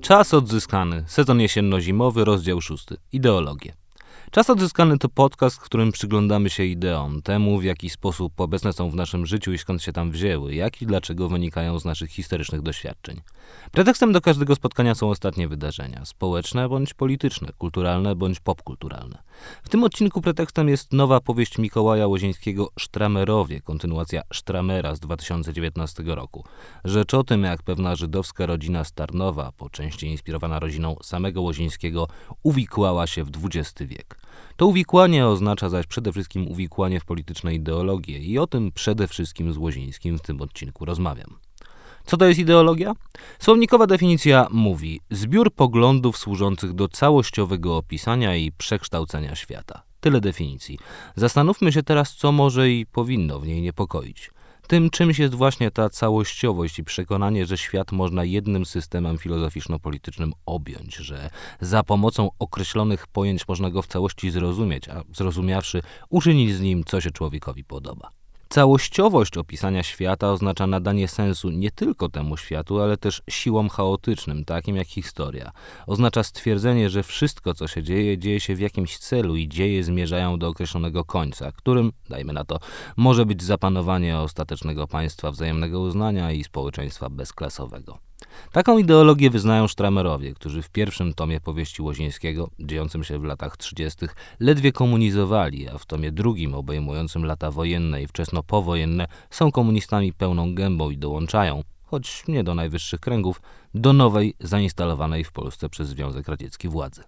Czas odzyskany. Sezon jesienno-zimowy, rozdział 6. Ideologie. Czas odzyskany to podcast, w którym przyglądamy się ideom, temu w jaki sposób obecne są w naszym życiu i skąd się tam wzięły, jak i dlaczego wynikają z naszych historycznych doświadczeń. Pretekstem do każdego spotkania są ostatnie wydarzenia, społeczne bądź polityczne, kulturalne bądź popkulturalne. W tym odcinku pretekstem jest nowa powieść Mikołaja Łozińskiego Sztramerowie, kontynuacja Sztramera z 2019 roku. Rzecz o tym, jak pewna żydowska rodzina z Tarnowa, po części inspirowana rodziną samego Łozińskiego, uwikłała się w XX wiek. To uwikłanie oznacza zaś przede wszystkim uwikłanie w polityczne ideologie i o tym przede wszystkim z Łozińskim w tym odcinku rozmawiam. Co to jest ideologia? Słownikowa definicja mówi: zbiór poglądów służących do całościowego opisania i przekształcenia świata. Tyle definicji. Zastanówmy się teraz, co może i powinno w niej niepokoić. Tym czymś jest właśnie ta całościowość i przekonanie, że świat można jednym systemem filozoficzno-politycznym objąć, że za pomocą określonych pojęć można go w całości zrozumieć, a zrozumiawszy, uczynić z nim, co się człowiekowi podoba. Całościowość opisania świata oznacza nadanie sensu nie tylko temu światu, ale też siłom chaotycznym, takim jak historia. Oznacza stwierdzenie, że wszystko, co się dzieje, dzieje się w jakimś celu i dzieje zmierzają do określonego końca, którym, dajmy na to, może być zapanowanie ostatecznego państwa wzajemnego uznania i społeczeństwa bezklasowego. Taką ideologię wyznają Sztramerowie, którzy w pierwszym tomie powieści Łozińskiego, dziejącym się w latach 30., ledwie komunizowali, a w tomie drugim, obejmującym lata wojenne i wczesno-powojenne, są komunistami pełną gębą i dołączają, choć nie do najwyższych kręgów, do nowej, zainstalowanej w Polsce przez Związek Radziecki władzy.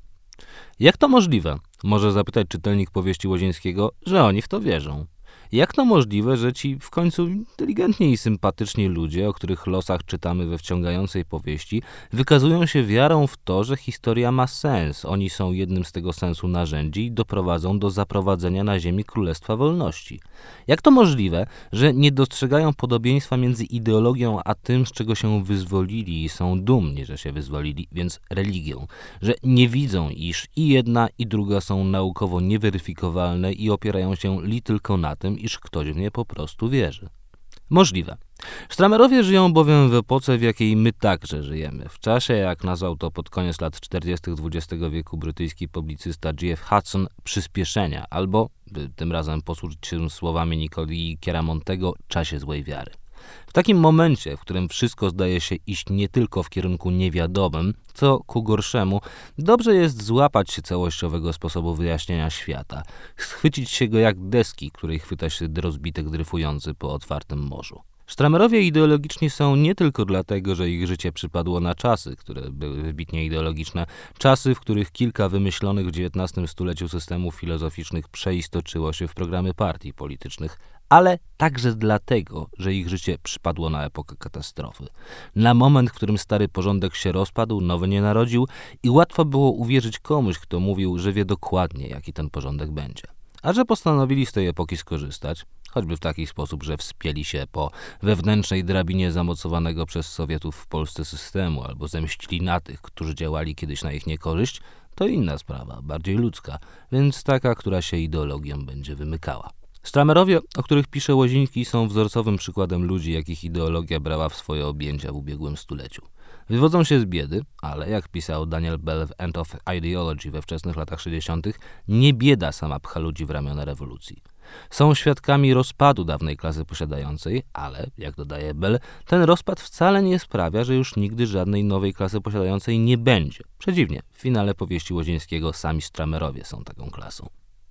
Jak to możliwe, może zapytać czytelnik powieści Łozińskiego, że oni w to wierzą? Jak to możliwe, że ci w końcu inteligentni i sympatyczni ludzie, o których losach czytamy we wciągającej powieści, wykazują się wiarą w to, że historia ma sens, oni są jednym z tego sensu narzędzi i doprowadzą do zaprowadzenia na ziemi Królestwa Wolności? Jak to możliwe, że nie dostrzegają podobieństwa między ideologią a tym, z czego się wyzwolili i są dumni, że się wyzwolili, więc religią, że nie widzą, iż i jedna i druga są naukowo nieweryfikowalne i opierają się li tylko na tym, iż ktoś w nie po prostu wierzy. Możliwe. Sztramerowie żyją bowiem w epoce, w jakiej my także żyjemy. W czasie, jak nazwał to pod koniec lat 40. XX wieku brytyjski publicysta G.F. Hudson, przyspieszenia, albo, by tym razem posłużyć się słowami Nicolai Chiaramontego, czasie złej wiary. W takim momencie, w którym wszystko zdaje się iść nie tylko w kierunku niewiadomym, co ku gorszemu, dobrze jest złapać się całościowego sposobu wyjaśnienia świata, schwycić się go jak deski, której chwyta się rozbitek dryfujący po otwartym morzu. Sztramerowie ideologiczni są nie tylko dlatego, że ich życie przypadło na czasy, które były wybitnie ideologiczne, czasy, w których kilka wymyślonych w XIX stuleciu systemów filozoficznych przeistoczyło się w programy partii politycznych, ale także dlatego, że ich życie przypadło na epokę katastrofy. Na moment, w którym stary porządek się rozpadł, nowy nie narodził i łatwo było uwierzyć komuś, kto mówił, że wie dokładnie, jaki ten porządek będzie. A że postanowili z tej epoki skorzystać, choćby w taki sposób, że wspięli się po wewnętrznej drabinie zamocowanego przez Sowietów w Polsce systemu albo zemścili na tych, którzy działali kiedyś na ich niekorzyść, to inna sprawa, bardziej ludzka, więc taka, która się ideologią będzie wymykała. Sztramerowie, o których pisze Łoziński, są wzorcowym przykładem ludzi, jakich ideologia brała w swoje objęcia w ubiegłym stuleciu. Wywodzą się z biedy, ale jak pisał Daniel Bell w End of Ideology we wczesnych latach 60., nie bieda sama pcha ludzi w ramiona rewolucji. Są świadkami rozpadu dawnej klasy posiadającej, ale, jak dodaje Bell, ten rozpad wcale nie sprawia, że już nigdy żadnej nowej klasy posiadającej nie będzie. Przeciwnie, w finale powieści Łozińskiego sami Sztramerowie są taką klasą.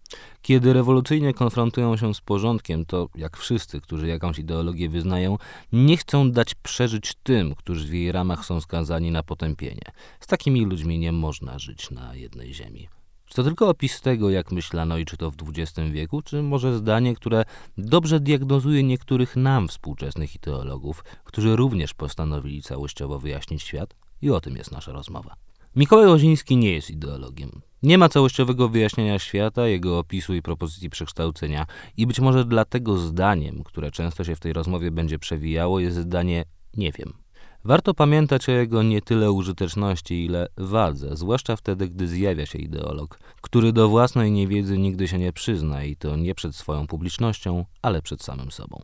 Kiedy rewolucyjnie konfrontują się z porządkiem, to jak wszyscy, którzy jakąś ideologię wyznają, nie chcą dać przeżyć tym, którzy w jej ramach są skazani na potępienie. Z takimi ludźmi nie można żyć na jednej ziemi. Czy to tylko opis tego, jak myślano i czy to w XX wieku, czy może zdanie, które dobrze diagnozuje niektórych nam współczesnych ideologów, którzy również postanowili całościowo wyjaśnić świat? I o tym jest nasza rozmowa. Mikołaj Łoziński nie jest ideologiem. Nie ma całościowego wyjaśnienia świata, jego opisu i propozycji przekształcenia i być może dlatego zdaniem, które często się w tej rozmowie będzie przewijało, jest zdanie nie wiem. Warto pamiętać o jego nie tyle użyteczności, ile wadze, zwłaszcza wtedy, gdy zjawia się ideolog, który do własnej niewiedzy nigdy się nie przyzna i to nie przed swoją publicznością, ale przed samym sobą.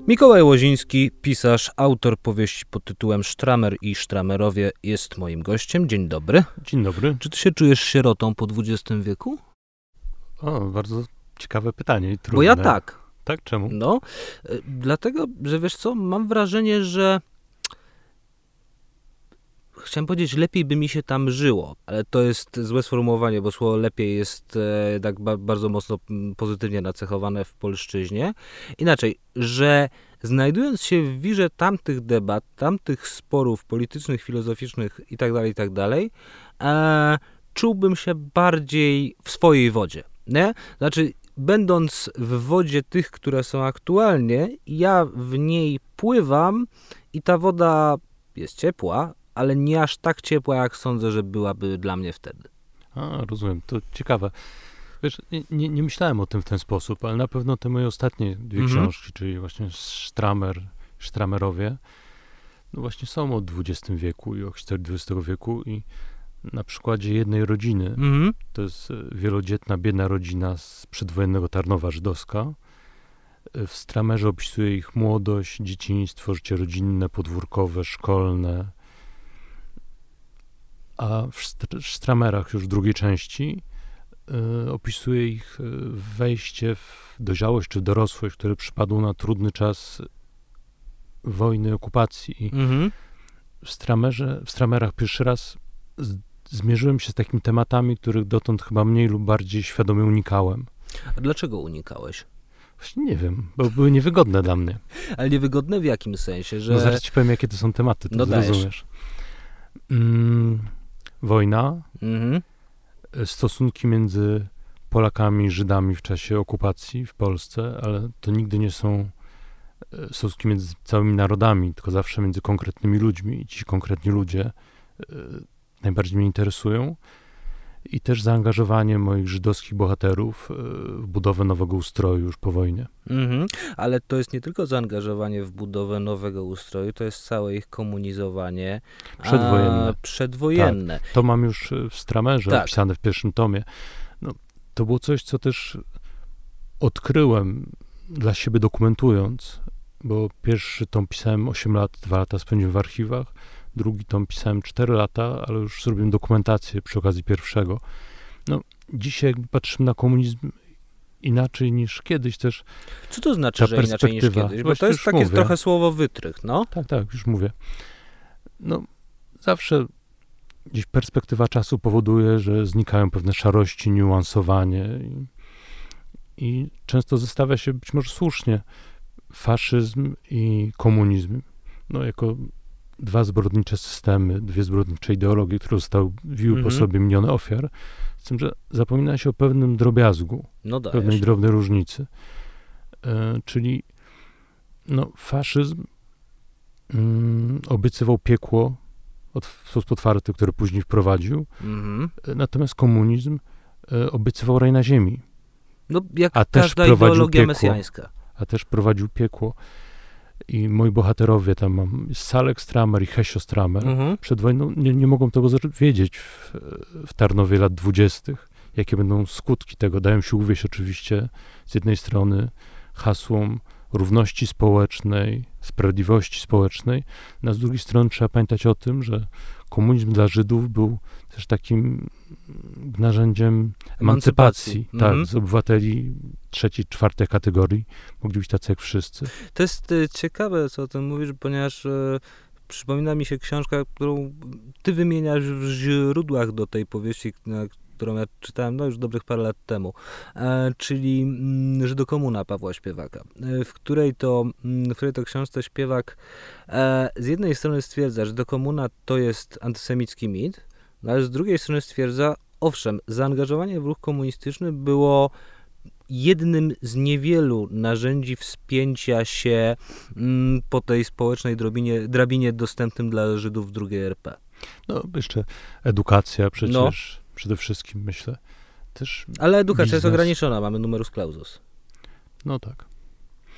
Mikołaj Łoziński, pisarz, autor powieści pod tytułem Sztramer i Sztramerowie jest moim gościem. Dzień dobry. Dzień dobry. Czy ty się czujesz sierotą po XX wieku? O, bardzo ciekawe pytanie i trudne. Bo ja tak. Tak? Czemu? No, dlatego, że wiesz co, mam wrażenie, że chciałem powiedzieć, lepiej by mi się tam żyło, ale to jest złe sformułowanie, bo słowo lepiej jest tak bardzo mocno pozytywnie nacechowane w polszczyźnie. Inaczej, że znajdując się w wirze tamtych debat, tamtych sporów politycznych, filozoficznych itd., czułbym się bardziej w swojej wodzie, nie? Znaczy, będąc w wodzie tych, które są aktualnie, ja w niej pływam i ta woda jest ciepła, ale nie aż tak ciepła, jak sądzę, że byłaby dla mnie wtedy. A, rozumiem. To ciekawe. Wiesz, nie myślałem o tym w ten sposób, ale na pewno te moje ostatnie dwie książki, czyli właśnie Sztramer, Sztramerowie, no właśnie są o XX wieku i o historii XX wieku i na przykładzie jednej rodziny, to jest wielodzietna, biedna rodzina z przedwojennego Tarnowa żydowska. W Stramerze opisuje ich młodość, dzieciństwo, życie rodzinne, podwórkowe, szkolne. A w Stramerach już w drugiej części opisuje ich wejście w dojrzałość czy dorosłość, które przypadło na trudny czas wojny, okupacji. I w Stramerach pierwszy raz zmierzyłem się z takimi tematami, których dotąd chyba mniej lub bardziej świadomie unikałem. A dlaczego unikałeś? Właśnie nie wiem, bo były niewygodne dla mnie. Ale niewygodne w jakim sensie, że... No zaraz ci powiem, jakie to są tematy, to no zrozumiesz. Wojna, stosunki między Polakami i Żydami w czasie okupacji w Polsce, ale to nigdy nie są stosunki między całymi narodami, tylko zawsze między konkretnymi ludźmi i ci konkretni ludzie najbardziej mnie interesują. I też zaangażowanie moich żydowskich bohaterów w budowę nowego ustroju już po wojnie. Ale to jest nie tylko zaangażowanie w budowę nowego ustroju, to jest całe ich komunizowanie przedwojenne. Tak, to mam już w Stramerze opisane w pierwszym tomie. No, to było coś, co też odkryłem dla siebie dokumentując, bo pierwszy tom pisałem 8 lat, 2 lata spędziłem w archiwach, drugi tom pisałem 4 lata, ale już zrobiłem dokumentację przy okazji pierwszego. No, dzisiaj jakby patrzymy na komunizm inaczej niż kiedyś też. Co to znaczy, że inaczej niż kiedyś? Bo to jest takie trochę słowo wytrych, no? Tak, już mówię. No, zawsze gdzieś perspektywa czasu powoduje, że znikają pewne szarości, niuansowanie i często zestawia się, być może słusznie, faszyzm i komunizm. No, jako dwa zbrodnicze systemy, dwie zbrodnicze ideologie, które wiły po sobie miliony ofiar, z tym, że zapomina się o pewnym drobiazgu, pewnej drobnej różnicy. Czyli faszyzm obiecywał piekło w sposób otwarty, które później wprowadził, natomiast komunizm obiecywał raj na ziemi. No, jak każda ideologia mesjańska. A też prowadził piekło. I moi bohaterowie, tam mam Salek Stramer i Hesio Stramer, przed wojną nie mogą tego wiedzieć w Tarnowie lat 20., jakie będą skutki tego. Dają się uwieść oczywiście z jednej strony hasłom równości społecznej, sprawiedliwości społecznej, a z drugiej strony trzeba pamiętać o tym, że komunizm dla Żydów był też takim narzędziem emancypacji. Tak, z obywateli trzeciej, czwartej kategorii mogli być tacy jak wszyscy. To jest ciekawe, co o tym mówisz, ponieważ przypomina mi się książka, którą ty wymieniasz w źródłach do tej powieści, którą ja czytałem już dobrych parę lat temu, czyli Żydokomuna Pawła Śpiewaka, w której to książce Śpiewak z jednej strony stwierdza, że Żydokomuna to jest antysemicki mit, ale z drugiej strony stwierdza, owszem, zaangażowanie w ruch komunistyczny było jednym z niewielu narzędzi wspięcia się po tej społecznej drabinie dostępnym dla Żydów w II RP. No, jeszcze edukacja przecież, przede wszystkim myślę. Też ale edukacja biznes. jest ograniczona, mamy numerus clausus. No tak.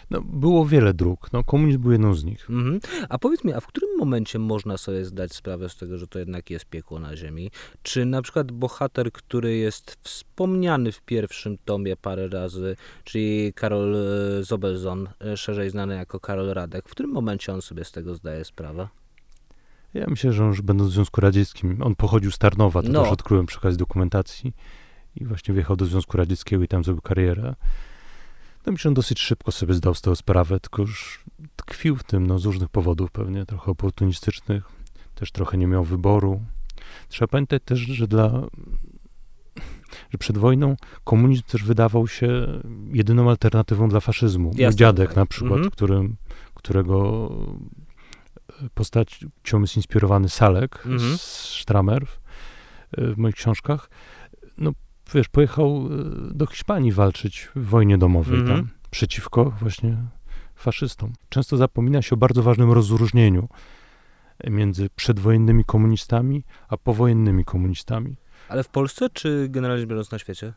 No, było wiele dróg. No, komunizm był jedną z nich. A powiedz mi, a w którym momencie można sobie zdać sprawę z tego, że to jednak jest piekło na ziemi? Czy na przykład bohater, który jest wspomniany w pierwszym tomie parę razy, czyli Karol Zobelson, szerzej znany jako Karol Radek, w którym momencie on sobie z tego zdaje sprawę? Ja myślę, że on już będąc w Związku Radzieckim, on pochodził z Tarnowa, to też odkryłem przy okazji dokumentacji i właśnie wjechał do Związku Radzieckiego i tam zrobił karierę. No myślę, że on dosyć szybko sobie zdał z tego sprawę, tylko już tkwił w tym, z różnych powodów pewnie, trochę oportunistycznych, też trochę nie miał wyboru. Trzeba pamiętać też, że przed wojną komunizm też wydawał się jedyną alternatywą dla faszyzmu. Mój dziadek na przykład, którego postacią jest inspirowany Salek z Stramer w moich książkach, wiesz, pojechał do Hiszpanii walczyć w wojnie domowej tam, przeciwko właśnie faszystom. Często zapomina się o bardzo ważnym rozróżnieniu między przedwojennymi komunistami, a powojennymi komunistami. Ale w Polsce, czy generalnie biorąc na świecie?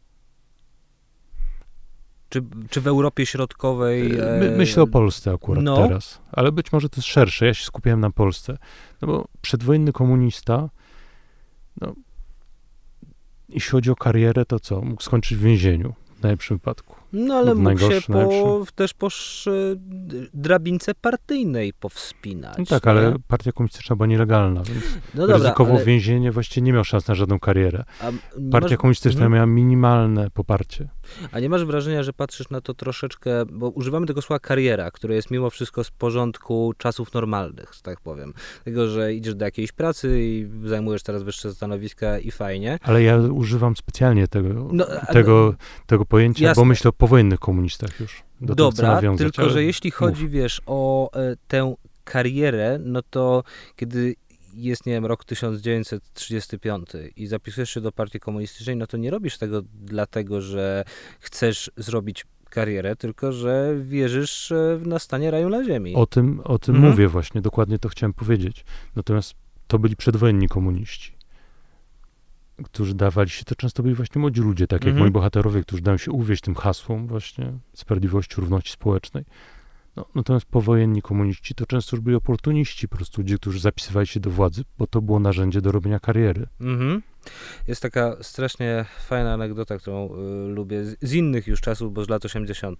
Czy w Europie Środkowej? Myślę o Polsce akurat teraz, ale być może to jest szersze. Ja się skupiałem na Polsce. No bo przedwojenny komunista, jeśli chodzi o karierę, to co? Mógł skończyć w więzieniu w najlepszym wypadku. No ale mógł się też po drabince partyjnej powspinać. No tak, ale partia komunistyczna była nielegalna, więc ryzykował więzienie, właściwie nie miał szans na żadną karierę. Partia komunistyczna miała minimalne poparcie. A nie masz wrażenia, że patrzysz na to troszeczkę, bo używamy tego słowa kariera, które jest mimo wszystko z porządku czasów normalnych, że tak powiem. Tego, że idziesz do jakiejś pracy i zajmujesz teraz wyższe stanowiska i fajnie. Ale ja używam specjalnie tego pojęcia, bo myślę o powojennych komunistach już. Dobra, tylko że jeśli chodzi, wiesz, o tę karierę, no to kiedy jest, nie wiem, rok 1935 i zapisujesz się do partii komunistycznej, no to nie robisz tego dlatego, że chcesz zrobić karierę, tylko że wierzysz w nastanie raju na ziemi. O tym mówię właśnie, dokładnie to chciałem powiedzieć. Natomiast to byli przedwojenni komuniści, którzy dawali się, to często byli właśnie młodzi ludzie, tak jak moi bohaterowie, którzy dają się uwieść tym hasłom właśnie sprawiedliwości, równości społecznej. Natomiast powojenni komuniści to często już byli oportuniści, po prostu ludzie, którzy zapisywali się do władzy, bo to było narzędzie do robienia kariery. Jest taka strasznie fajna anegdota, którą lubię z innych już czasów, bo z lat 80.,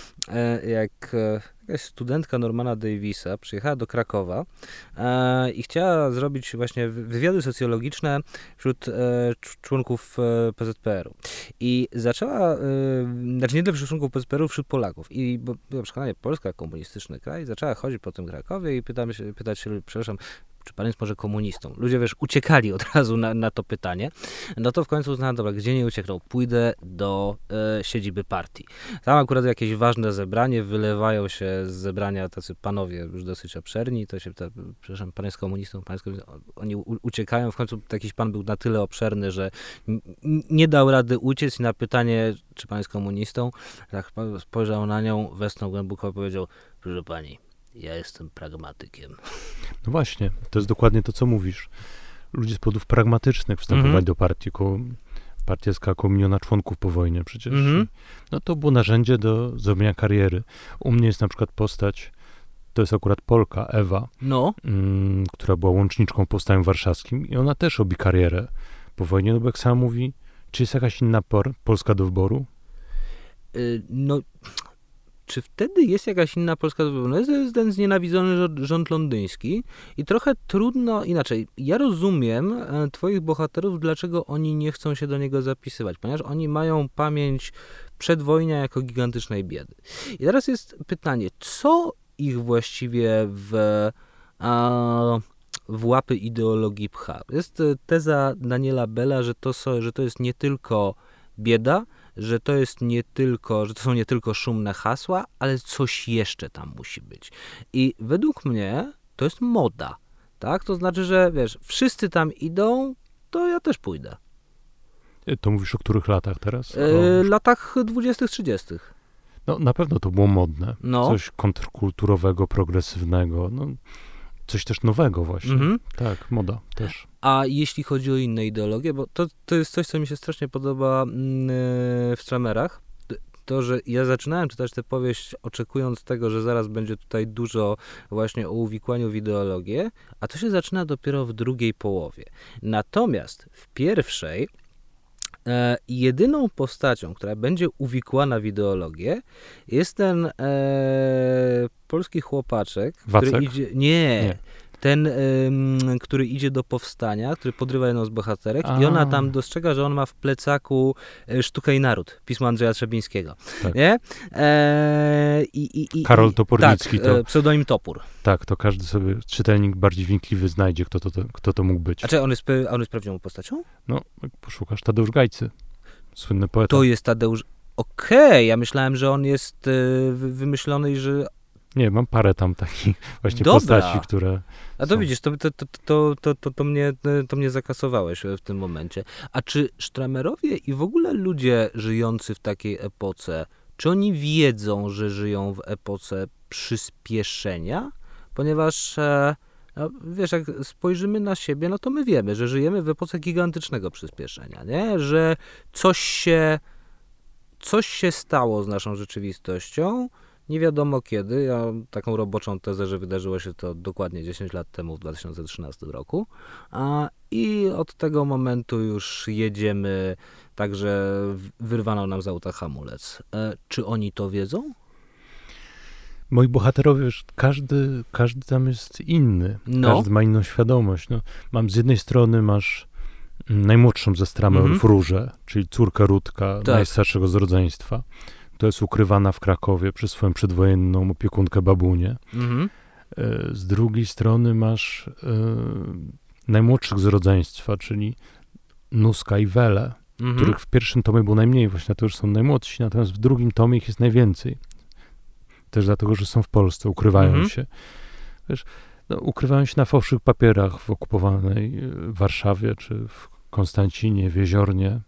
jak jakaś studentka Normana Davisa przyjechała do Krakowa i chciała zrobić właśnie wywiady socjologiczne wśród członków PZPR-u. I zaczęła, znaczy nie dla członków PZPR-u, wśród Polaków. I bo było przekonanie, Polska komunistyczny kraj, zaczęła chodzić po tym Krakowie i pytać się, przepraszam, czy pan jest może komunistą? Ludzie, wiesz, uciekali od razu na to pytanie. No to w końcu uznałem, dobra, gdzie nie uciekną? Pójdę do siedziby partii. Tam akurat jakieś ważne zebranie, wylewają się z zebrania tacy panowie już dosyć obszerni, to się pyta, przepraszam, pan jest komunistą? Pan jest komunistą? Oni uciekają, w końcu jakiś pan był na tyle obszerny, że nie dał rady uciec i na pytanie, czy pan jest komunistą, tak spojrzał na nią, westchnął głęboko i powiedział, proszę pani, ja jestem pragmatykiem. No właśnie, to jest dokładnie to, co mówisz. Ludzie z powodów pragmatycznych wstępowali do partii. Partia jest około 1 miliona członków po wojnie przecież. No to było narzędzie do zrobienia kariery. U mnie jest na przykład postać, to jest akurat Polka, Ewa, która była łączniczką powstania warszawskim i ona też robi karierę po wojnie, no bo jak sama mówi, czy jest jakaś inna Polska do wyboru? Czy wtedy jest jakaś inna Polska do wyboru? No jest ten znienawidzony rząd londyński i trochę trudno inaczej. Ja rozumiem twoich bohaterów, dlaczego oni nie chcą się do niego zapisywać, ponieważ oni mają pamięć przedwojnia jako gigantycznej biedy. I teraz jest pytanie, co ich właściwie w łapy ideologii pcha? Jest teza Daniela Bella, że to jest nie tylko bieda, że to są nie tylko szumne hasła, ale coś jeszcze tam musi być. I według mnie to jest moda, tak? To znaczy, że wiesz, wszyscy tam idą, to ja też pójdę. To mówisz o których latach teraz? Latach 20., 30. No na pewno to było modne. Coś kontrkulturowego, progresywnego, coś też nowego właśnie. Tak, moda też. A jeśli chodzi o inne ideologie, bo to jest coś, co mi się strasznie podoba w Stramerach, to, że ja zaczynałem czytać tę powieść oczekując tego, że zaraz będzie tutaj dużo właśnie o uwikłaniu w ideologię, a to się zaczyna dopiero w drugiej połowie. Natomiast w pierwszej jedyną postacią, która będzie uwikłana w ideologię, jest ten polski chłopaczek, Wacek? który idzie... Nie. Ten, który idzie do powstania, który podrywa jedną z bohaterek i ona tam dostrzega, że on ma w plecaku Sztukę i Naród, pismo Andrzeja Trzebińskiego. Tak. Nie? Karol Topornicki. Tak, pseudonim Topór. Tak, to każdy sobie, czytelnik bardziej wnikliwy znajdzie, kto to mógł być. A czy on jest prawdziwą postacią? No, jak poszukasz, Tadeusz Gajcy, słynny poeta. To jest Tadeusz... Okej, ja myślałem, że on jest wymyślony i że... Nie, mam parę tam takich właśnie postaci, które... A to widzisz, to mnie zakasowałeś w tym momencie. A czy Stramerowie i w ogóle ludzie żyjący w takiej epoce, czy oni wiedzą, że żyją w epoce przyspieszenia? Ponieważ, wiesz, jak spojrzymy na siebie, no to my wiemy, że żyjemy w epoce gigantycznego przyspieszenia, nie? Że coś się stało z naszą rzeczywistością, nie wiadomo kiedy. Ja mam taką roboczą tezę, że wydarzyło się to dokładnie 10 lat temu, w 2013 roku. I od tego momentu już jedziemy, także wyrwano nam z auta hamulec. Czy oni to wiedzą? Moi bohaterowie, wiesz, każdy tam jest inny. Każdy ma inną świadomość. No, z jednej strony masz najmłodszą ze Stramerów Różę, czyli córkę Rudka, najstarszego z rodzeństwa. To jest ukrywana w Krakowie przez swoją przedwojenną opiekunkę babunię. Z drugiej strony masz najmłodszych z rodzeństwa, czyli Nuska i Welę, których w pierwszym tomie było najmniej, właśnie to już są najmłodsi, natomiast w drugim tomie ich jest najwięcej. Też dlatego, że są w Polsce, ukrywają się. Wiesz, ukrywają się na fałszywych papierach w okupowanej Warszawie, czy w Konstancinie, w Jeziornie.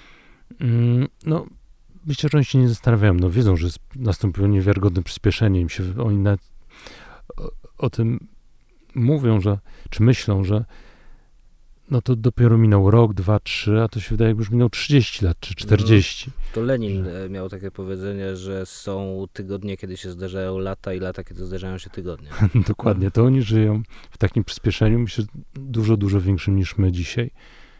Myślę, że oni się nie zastanawiają. Wiedzą, że nastąpiło niewiarygodne przyspieszenie. Oni nawet o tym mówią, czy myślą, że to dopiero minął rok, 2, 3, a to się wydaje, jakby już minął 30 lat, czy 40. To Lenin miał takie powiedzenie, że są tygodnie, kiedy się zdarzają lata i lata, kiedy zdarzają się tygodnie. Dokładnie. To oni żyją w takim przyspieszeniu, myślę, dużo, dużo większym niż my dzisiaj.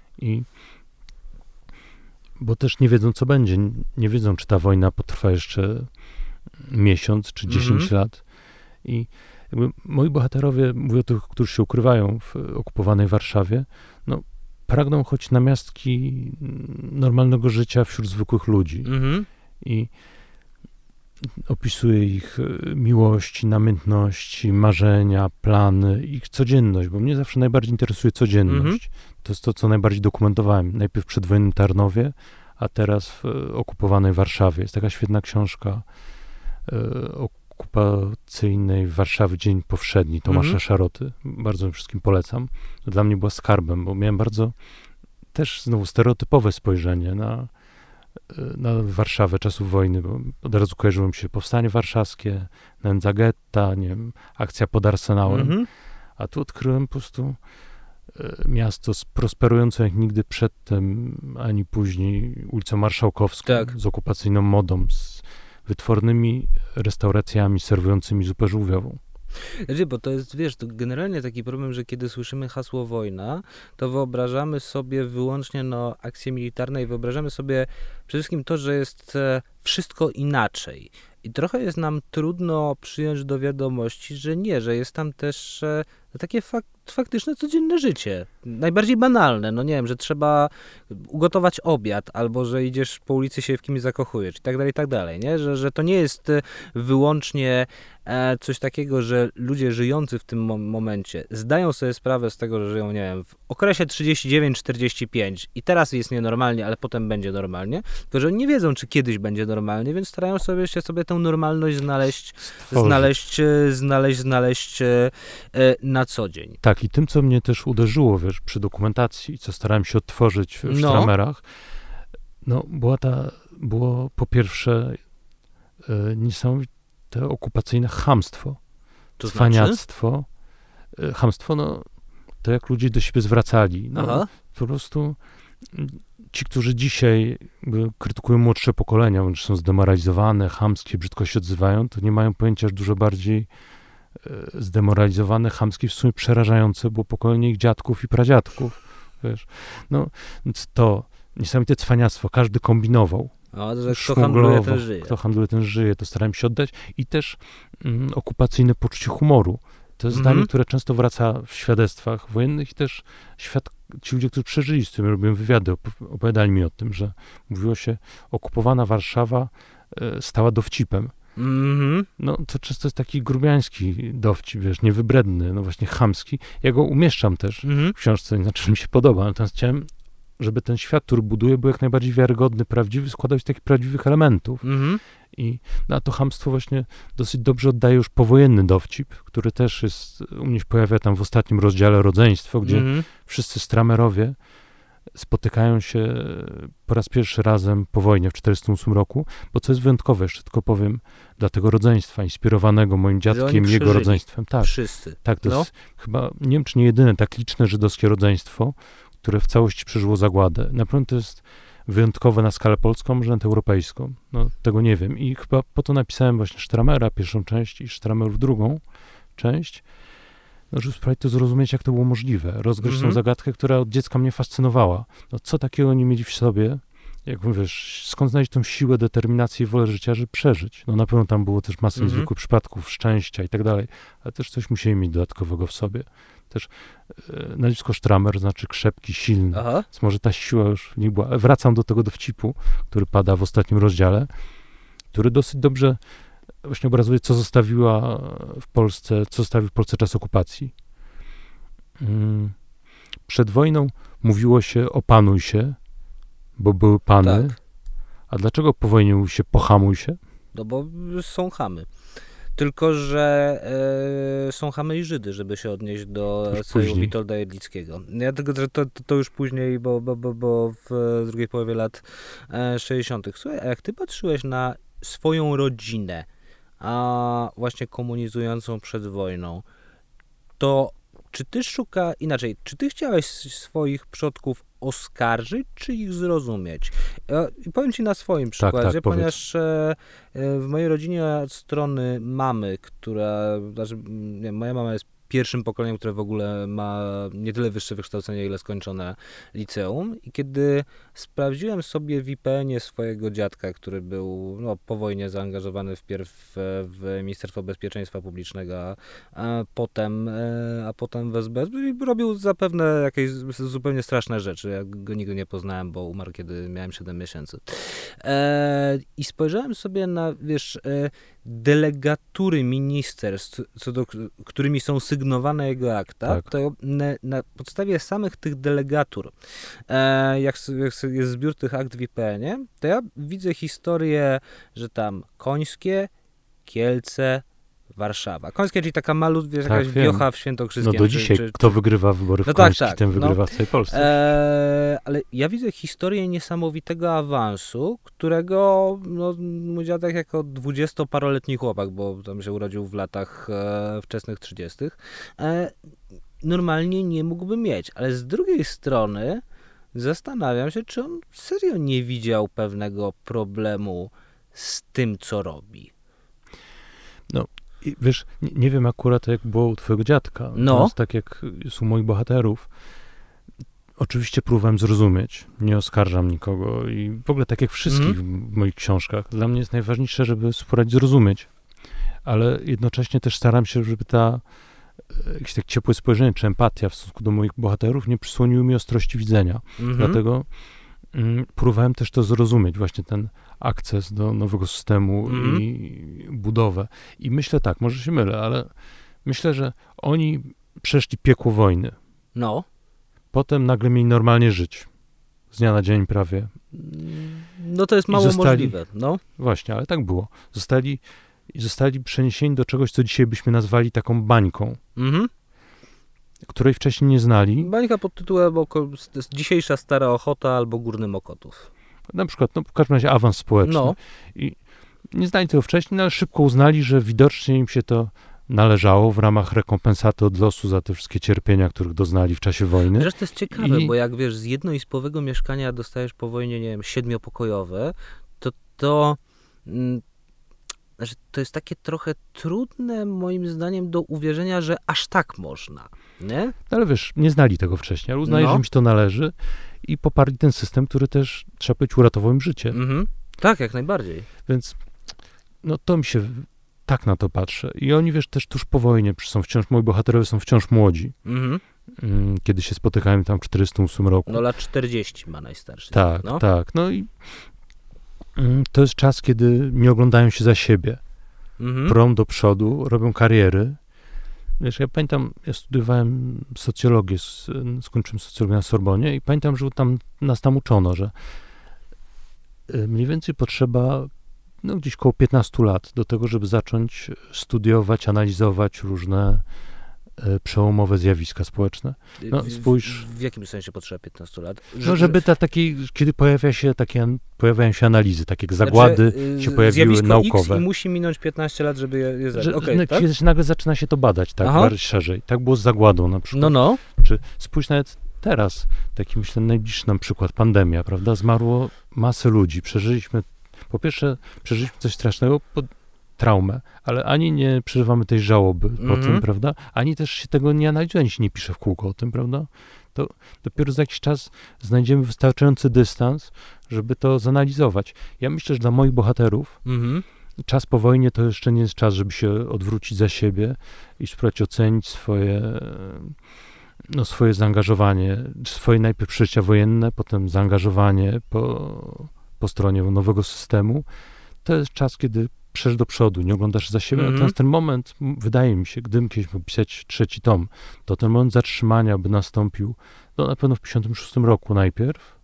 Bo też nie wiedzą, co będzie. Nie wiedzą, czy ta wojna potrwa jeszcze miesiąc, czy 10 lat. I jakby moi bohaterowie, mówię o tych, którzy się ukrywają w okupowanej Warszawie, pragną choć namiastki normalnego życia wśród zwykłych ludzi. I opisuje ich miłości, namiętności, marzenia, plany, ich codzienność, bo mnie zawsze najbardziej interesuje codzienność. To jest to, co najbardziej dokumentowałem. Najpierw w przedwojennym Tarnowie, a teraz w okupowanej Warszawie. Jest taka świetna książka okupacyjnej Warszawy Dzień Powszedni Tomasza Szaroty. Bardzo wszystkim polecam. To dla mnie była skarbem, bo miałem bardzo też znowu stereotypowe spojrzenie na Warszawę czasów wojny, bo od razu kojarzyło mi się Powstanie Warszawskie, nędza getta, nie wiem, akcja pod Arsenałem. A tu odkryłem po prostu miasto prosperujące jak nigdy przedtem, ani później, ulicą Marszałkowską, z okupacyjną modą, z wytwornymi restauracjami serwującymi zupę żółwiową. Bo to jest, wiesz, to generalnie taki problem, że kiedy słyszymy hasło wojna, to wyobrażamy sobie wyłącznie akcje militarne i wyobrażamy sobie przede wszystkim to, że jest wszystko inaczej. I trochę jest nam trudno przyjąć do wiadomości, że nie, że jest tam też takie faktyczne codzienne życie. Najbardziej banalne, nie wiem, że trzeba ugotować obiad, albo że idziesz po ulicy, się w kimś zakochujesz i tak dalej, nie? Że to nie jest wyłącznie coś takiego, że ludzie żyjący w tym momencie zdają sobie sprawę z tego, że żyją, nie wiem, w okresie 39-45 i teraz jest nienormalnie, ale potem będzie normalnie, tylko że oni nie wiedzą, czy kiedyś będzie normalnie, więc starają sobie tę normalność znaleźć na co dzień. Tak, i tym, co mnie też uderzyło, wiesz, przy dokumentacji, co starałem się odtworzyć w Stramerach, było po pierwsze niesamowite okupacyjne chamstwo, cwaniactwo. Chamstwo, to jak ludzie do siebie zwracali. Po prostu ci, którzy dzisiaj krytykują młodsze pokolenia, że są zdemoralizowane, chamskie, brzydko się odzywają, to nie mają pojęcia, że dużo bardziej zdemoralizowane, chamskie, w sumie przerażające było pokolenie ich dziadków i pradziadków, wiesz. No, więc to niesamowite cwaniactwo, każdy kombinował. Kto handluje, ten żyje. Kto handluje, ten żyje, to starałem się oddać. I też okupacyjne poczucie humoru. To jest zdanie, które często wraca w świadectwach wojennych i też ci ludzie, którzy przeżyli, z którymi robiłem wywiady, opowiadali mi o tym, że mówiło się, okupowana Warszawa stała dowcipem. No to często jest taki grubiański dowcip, wiesz, niewybredny, no właśnie chamski. Ja go umieszczam też w książce, znaczy mi się podoba, natomiast chciałem, żeby ten świat, który buduję, był jak najbardziej wiarygodny, prawdziwy, składał się z takich prawdziwych elementów. I na to chamstwo właśnie dosyć dobrze oddaje już powojenny dowcip, który też jest, u mnie się pojawia tam w ostatnim rozdziale Rodzeństwo, gdzie wszyscy Stramerowie spotykają się po raz pierwszy razem po wojnie w 1948 roku, bo co jest wyjątkowe, jeszcze tylko powiem, dla tego rodzeństwa, inspirowanego moim dziadkiem i jego rodzeństwem. Tak, wszyscy. Tak, to jest chyba, nie wiem, czy nie jedyne tak liczne żydowskie rodzeństwo, które w całości przeżyło zagładę. Na pewno to jest wyjątkowe na skalę polską, może nawet europejską. No, tego nie wiem. I chyba po to napisałem właśnie Stramera, pierwszą część, i Stramerów drugą część, no, żeby spróbować to zrozumieć, jak to było możliwe. Rozgryźć tą zagadkę, która od dziecka mnie fascynowała. No, co takiego oni mieli w sobie, jak mówisz, skąd znaleźć tą siłę, determinację i wolę życia, żeby przeżyć. No na pewno tam było też masę niezwykłych przypadków, szczęścia i tak dalej, ale też coś musieli mieć dodatkowego w sobie. Też nazwisko Stramer znaczy krzepki, silny. Więc może ta siła już nie była. Ale wracam do tego dowcipu, który pada w ostatnim rozdziale, który dosyć dobrze właśnie obrazuje, co zostawiła w Polsce, co zostawił w Polsce czas okupacji. Przed wojną mówiło się opanuj się, bo były pany. Tak. A dlaczego po wojnie mówi się pohamuj się? No bo są chamy. Tylko że są chamy i Żydy, żeby się odnieść do celu Witolda Jedlickiego. Ja tego, że to już później, bo w drugiej połowie lat 60. Słuchaj, a jak ty patrzyłeś na swoją rodzinę, a właśnie komunizującą przed wojną, to czy ty chciałeś swoich przodków oskarżyć, czy ich zrozumieć? Powiem ci na swoim przykładzie, tak, ponieważ w mojej rodzinie od strony mamy, moja mama jest pierwszym pokoleniem, które w ogóle ma nie tyle wyższe wykształcenie, ile skończone liceum. I kiedy sprawdziłem sobie w IPN-ie swojego dziadka, który był po wojnie zaangażowany wpierw w Ministerstwo Bezpieczeństwa Publicznego, a potem w SB, robił zapewne jakieś zupełnie straszne rzeczy. Ja go nigdy nie poznałem, bo umarł, kiedy miałem 7 miesięcy. I spojrzałem sobie na, delegatury ministerstw, którymi są sygnowane jego akta, tak. To na podstawie samych tych delegatur, jak jest zbiór tych akt w IPN-ie, to ja widzę historię, że tam Końskie, Kielce, Warszawa. Końskie, czyli taka jakaś wiocha w Świętokrzyskiem. No do dzisiaj, kto wygrywa wybory w Koński, ten wygrywa w całej Polsce. Ale ja widzę historię niesamowitego awansu, którego mój dziadek jako 20-paroletni chłopak, bo tam się urodził w latach wczesnych 30., normalnie nie mógłby mieć. Ale z drugiej strony zastanawiam się, czy on serio nie widział pewnego problemu z tym, co robi. No, i wiesz, nie wiem akurat jak było u twojego dziadka. Natomiast tak jak jest u moich bohaterów, oczywiście próbowałem zrozumieć, nie oskarżam nikogo i w ogóle tak jak wszystkich w moich książkach, dla mnie jest najważniejsze, żeby spróbować zrozumieć, ale jednocześnie też staram się, żeby jakieś tak ciepłe spojrzenie czy empatia w stosunku do moich bohaterów nie przysłoniły mi ostrości widzenia. Dlatego próbowałem też to zrozumieć, właśnie ten akces do nowego systemu i budowę. I myślę tak, może się mylę, ale myślę, że oni przeszli piekło wojny. Potem nagle mieli normalnie żyć. Z dnia na dzień prawie. No to jest mało możliwe. Właśnie, ale tak było. Zostali przeniesieni do czegoś, co dzisiaj byśmy nazwali taką bańką. Której wcześniej nie znali. Bańka pod tytułem dzisiejsza Stara Ochota albo Górny Mokotów. Na przykład, w każdym razie awans społeczny. I nie znali tego wcześniej, ale szybko uznali, że widocznie im się to należało w ramach rekompensaty od losu za te wszystkie cierpienia, których doznali w czasie wojny. Zresztą to jest ciekawe, bo jak wiesz, z jednoizbowego mieszkania dostajesz po wojnie, nie wiem, 7-pokojowe, to jest takie trochę trudne moim zdaniem do uwierzenia, że aż tak można, nie? Ale wiesz, nie znali tego wcześniej, ale uznali, że im się to należy i poparli ten system, który też, trzeba powiedzieć, uratował im życie. Tak, jak najbardziej. Więc to mi się tak na to patrzę. I oni, wiesz, też tuż po wojnie moi bohaterowie są wciąż młodzi. Kiedy się spotykają tam w 1948 roku. Lat 40 ma najstarszy. Tak, tak. No i to jest czas, kiedy nie oglądają się za siebie. Prą do przodu, robią kariery. Wiesz, ja pamiętam, ja studiowałem socjologię, skończyłem socjologię na Sorbonie i pamiętam, że nas tam uczono, że mniej więcej potrzeba gdzieś koło 15 lat do tego, żeby zacząć studiować, analizować różne przełomowe zjawiska społeczne. Spójrz. W jakim sensie potrzeba 15 lat? Żeby kiedy pojawiają się analizy, takie jak zagłady się pojawiły naukowe. X i musi minąć 15 lat, żeby je zadać. Tak? Kiedy nagle zaczyna się to badać, tak, bardziej szerzej. Tak było z zagładą na przykład. Czy spójrz nawet teraz, taki myślę najbliższy nam przykład, pandemia, prawda? Zmarło masę ludzi. Po pierwsze, przeżyliśmy coś strasznego, traumę, ale ani nie przeżywamy tej żałoby po tym, prawda? Ani też się tego nie analizuje, ani się nie pisze w kółko o tym, prawda? To dopiero za jakiś czas znajdziemy wystarczający dystans, żeby to zanalizować. Ja myślę, że dla moich bohaterów czas po wojnie to jeszcze nie jest czas, żeby się odwrócić za siebie i spróbować ocenić swoje zaangażowanie, swoje najpierw przeżycia wojenne, potem zaangażowanie po stronie nowego systemu. To jest czas, kiedy przesz do przodu, nie oglądasz za siebie. Natomiast ten moment, wydaje mi się, gdybym kiedyś mógł pisać 3. tom, to ten moment zatrzymania by nastąpił na pewno w 56 roku najpierw.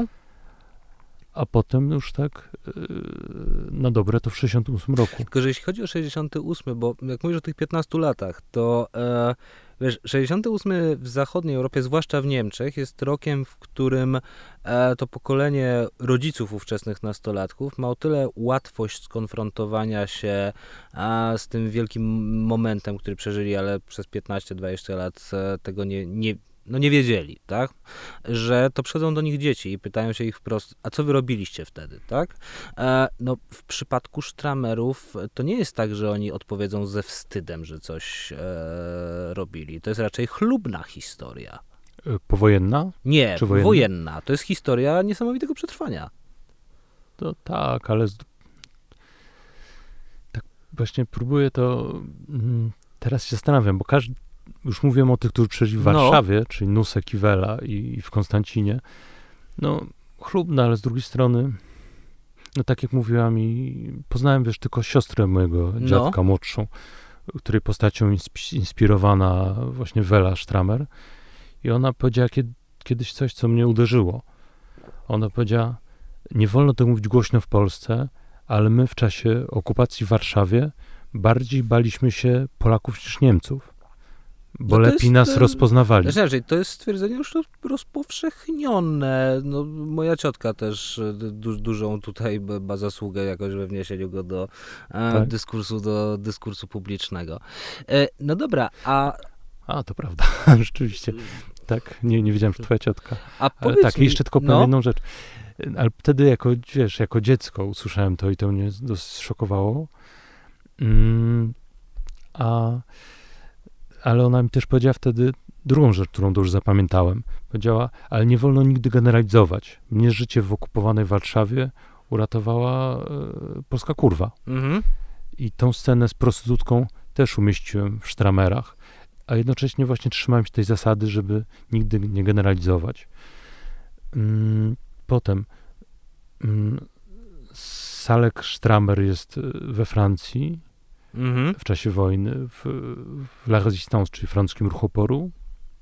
A potem już tak na dobre to w 68 roku. Tylko, że jeśli chodzi o 68, bo jak mówisz o tych 15 latach, to wiesz, 68 w zachodniej Europie, zwłaszcza w Niemczech, jest rokiem, w którym to pokolenie rodziców ówczesnych nastolatków ma o tyle łatwość skonfrontowania się z tym wielkim momentem, który przeżyli, ale przez 15-20 lat tego nie wiedzieli, tak? Że to przychodzą do nich dzieci i pytają się ich wprost, a co wy robiliście wtedy, tak? W przypadku Stramerów to nie jest tak, że oni odpowiedzą ze wstydem, że coś robili. To jest raczej chlubna historia. Powojenna? Nie, wojenna. To jest historia niesamowitego przetrwania. To tak, ale tak właśnie próbuję to teraz się zastanawiam, bo już mówiłem o tych, którzy przeżyli w Warszawie, czyli Nusek i Wela i w Konstancinie. Chlubne, ale z drugiej strony, tak jak mówiła mi, poznałem, wiesz, tylko siostrę mojego dziadka młodszą, której postacią inspirowana właśnie Wela Stramer. I ona powiedziała kiedyś coś, co mnie uderzyło. Ona powiedziała, nie wolno tego mówić głośno w Polsce, ale my w czasie okupacji w Warszawie bardziej baliśmy się Polaków niż Niemców. Bo lepiej nas rozpoznawali. Znaczy, to jest stwierdzenie już rozpowszechnione. Moja ciotka też dużą tutaj ma zasługę jakoś we wniesieniu go do dyskursu publicznego. Dobra, to prawda, rzeczywiście. Tak, nie wiedziałem, że twoja ciotka. Ale tak, jeszcze tylko powiem jedną rzecz. Ale wtedy jako dziecko usłyszałem to i to mnie dosyć szokowało. Ale ona mi też powiedziała wtedy drugą rzecz, którą już zapamiętałem. Powiedziała, ale nie wolno nigdy generalizować. Mnie życie w okupowanej Warszawie uratowała polska kurwa. I tą scenę z prostytutką też umieściłem w Stramerach, a jednocześnie właśnie trzymałem się tej zasady, żeby nigdy nie generalizować. Potem Salek Stramer jest we Francji, w czasie wojny w La Résistance, czyli francuskim ruchu oporu.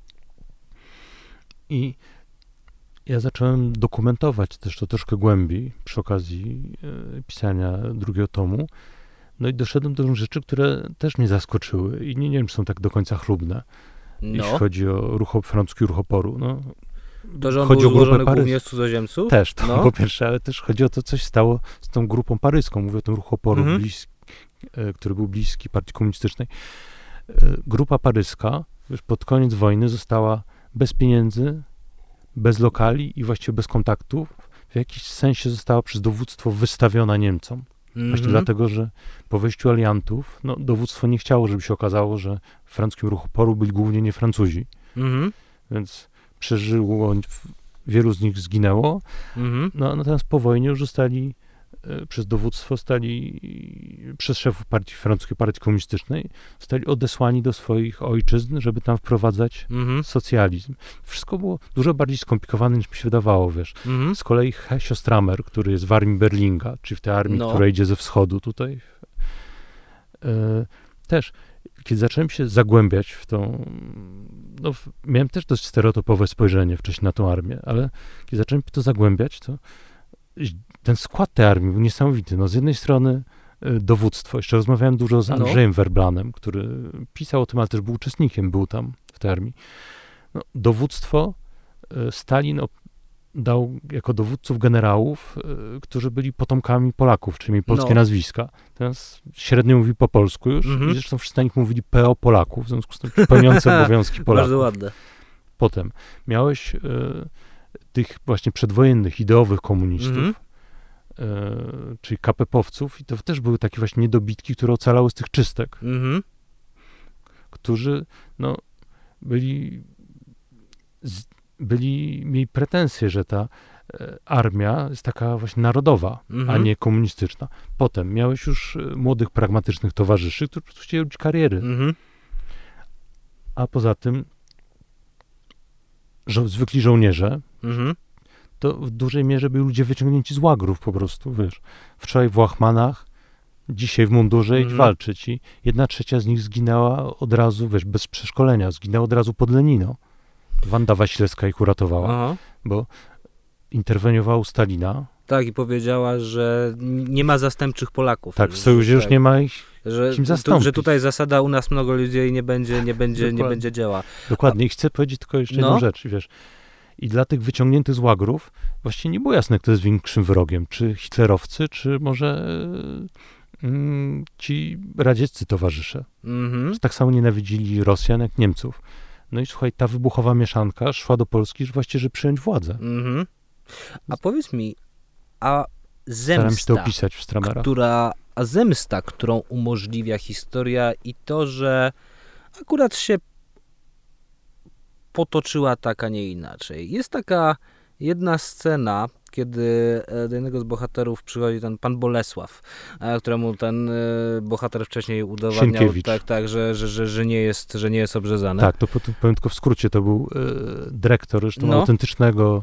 I ja zacząłem dokumentować też to troszkę głębiej przy okazji pisania 2. tomu. I doszedłem do rzeczy, które też mnie zaskoczyły i nie wiem, czy są tak do końca chlubne, jeśli chodzi o francuski ruch oporu. To, że on był złożony głównie z cudzoziemców? Też, to po pierwsze, ale też chodzi o to, co się stało z tą grupą paryską. Mówię o tym ruchu oporu który był bliski partii komunistycznej. Grupa paryska już pod koniec wojny została bez pieniędzy, bez lokali i właściwie bez kontaktów. W jakiś sensie została przez dowództwo wystawiona Niemcom. Właśnie dlatego, że po wejściu aliantów dowództwo nie chciało, żeby się okazało, że w francuskim ruchu oporu byli głównie nie Francuzi. Więc przeżyło, wielu z nich zginęło. Natomiast po wojnie już zostali przez dowództwo, przez szefów francuskiej partii komunistycznej, zostali odesłani do swoich ojczyzn, żeby tam wprowadzać socjalizm. Wszystko było dużo bardziej skomplikowane, niż mi się wydawało, wiesz. Z kolei Hesio Stramer, który jest w armii Berlinga, czyli w tej armii, która idzie ze wschodu tutaj, też, kiedy zacząłem się zagłębiać w tą... miałem też dość stereotypowe spojrzenie wcześniej na tą armię, ale kiedy zacząłem to zagłębiać, to ten skład tej armii był niesamowity. Z jednej strony dowództwo. Jeszcze rozmawiałem dużo z Andrzejem Werblanem, który pisał o tym, ale też był uczestnikiem, był tam w tej armii. Dowództwo Stalin dał jako dowódców generałów, którzy byli potomkami Polaków, czyli mieli polskie nazwiska. Teraz średnio mówi po polsku już i zresztą wszyscy na nich mówili PO Polaków, w związku z tym pełniące obowiązki Polaków. Bardzo ładne. Potem miałeś tych właśnie przedwojennych, ideowych komunistów, czyli KP-owców i to też były takie właśnie niedobitki, które ocalały z tych czystek, którzy mieli pretensje, że ta armia jest taka właśnie narodowa, a nie komunistyczna. Potem miałeś już młodych, pragmatycznych towarzyszy, którzy po prostu chcieli robić kariery. A poza tym zwykli żołnierze, to w dużej mierze byli ludzie wyciągnięci z łagrów po prostu, wiesz. Wczoraj w łachmanach, dzisiaj w mundurze idź walczyć. I 1/3 z nich zginęła od razu, wiesz, bez przeszkolenia. Zginęła od razu pod Lenino. Wanda Wasilewska ich uratowała, bo interweniowała u Stalina. Tak, i powiedziała, że nie ma zastępczych Polaków. Tak, w Sojuszu już nie ma ich kim zastąpić. Że tutaj zasada u nas mnogo ludzi nie będzie działa. Dokładnie. I chcę powiedzieć tylko jeszcze jedną rzecz, wiesz. I dla tych wyciągniętych z łagrów właśnie nie było jasne, kto jest większym wrogiem. Czy hitlerowcy, czy może ci radzieccy towarzysze. Tak samo nienawidzili Rosjan jak Niemców. No i słuchaj, ta wybuchowa mieszanka szła do Polski, że właściwie, żeby przyjąć władzę. A powiedz mi, a Staram się to opisać w Stramerach. Zemsta, którą umożliwia historia i to, że akurat się potoczyła tak, a nie inaczej. Jest taka jedna scena, kiedy do jednego z bohaterów przychodzi ten pan Bolesław, któremu ten bohater wcześniej udowadniał, że nie jest obrzezany. Tak, to powiem tylko w skrócie, to był dyrektor zresztą autentycznego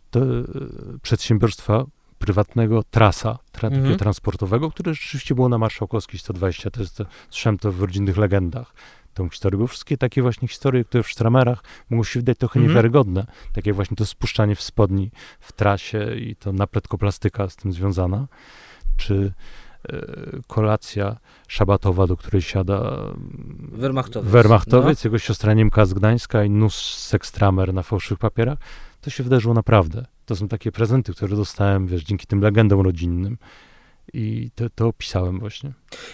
przedsiębiorstwa prywatnego Trasa, transportowego, które rzeczywiście było na Marszałkowskiej 120, słyszałem to w rodzinnych legendach, tą historię, bo wszystkie takie właśnie historie, które w Stramerach mogą się wydać trochę niewiarygodne, takie właśnie to spuszczanie w spodni w trasie i to napletkoplastyka z tym związana, czy kolacja szabatowa, do której siada Wehrmachtowiec, jego siostra Niemka z Gdańska i Nuss-Sekstramer na fałszywych papierach, to się wydarzyło naprawdę. To są takie prezenty, które dostałem, wiesz, dzięki tym legendom rodzinnym i to opisałem właśnie.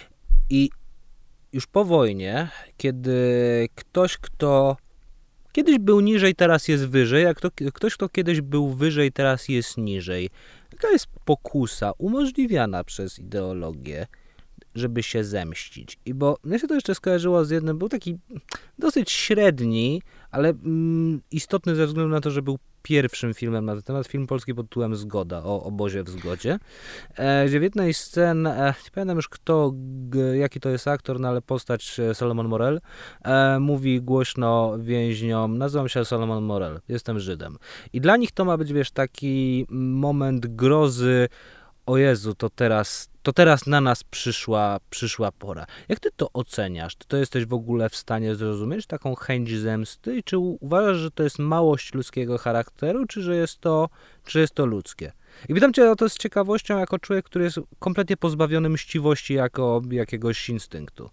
I już po wojnie, kiedy ktoś, kto kiedyś był niżej, teraz jest wyżej, a ktoś, kto kiedyś był wyżej, teraz jest niżej. Jaka jest pokusa umożliwiana przez ideologię, żeby się zemścić? I bo mnie się to jeszcze skojarzyło z jednym, był taki dosyć średni, ale istotny ze względu na to, że był pierwszym filmem na ten temat, film polski pod tytułem Zgoda, o obozie w zgodzie, gdzie w jednej z scen, nie pamiętam już jaki to jest aktor, no ale postać Solomon Morel, mówi głośno więźniom, nazywam się Solomon Morel, jestem Żydem. I dla nich to ma być, wiesz, taki moment grozy, o Jezu, to teraz na nas przyszła pora. Jak ty to oceniasz? Ty to jesteś w ogóle w stanie zrozumieć taką chęć zemsty? I czy uważasz, że to jest małość ludzkiego charakteru, czy że jest to ludzkie? I pytam cię o to z ciekawością, jako człowiek, który jest kompletnie pozbawiony mściwości jako jakiegoś instynktu.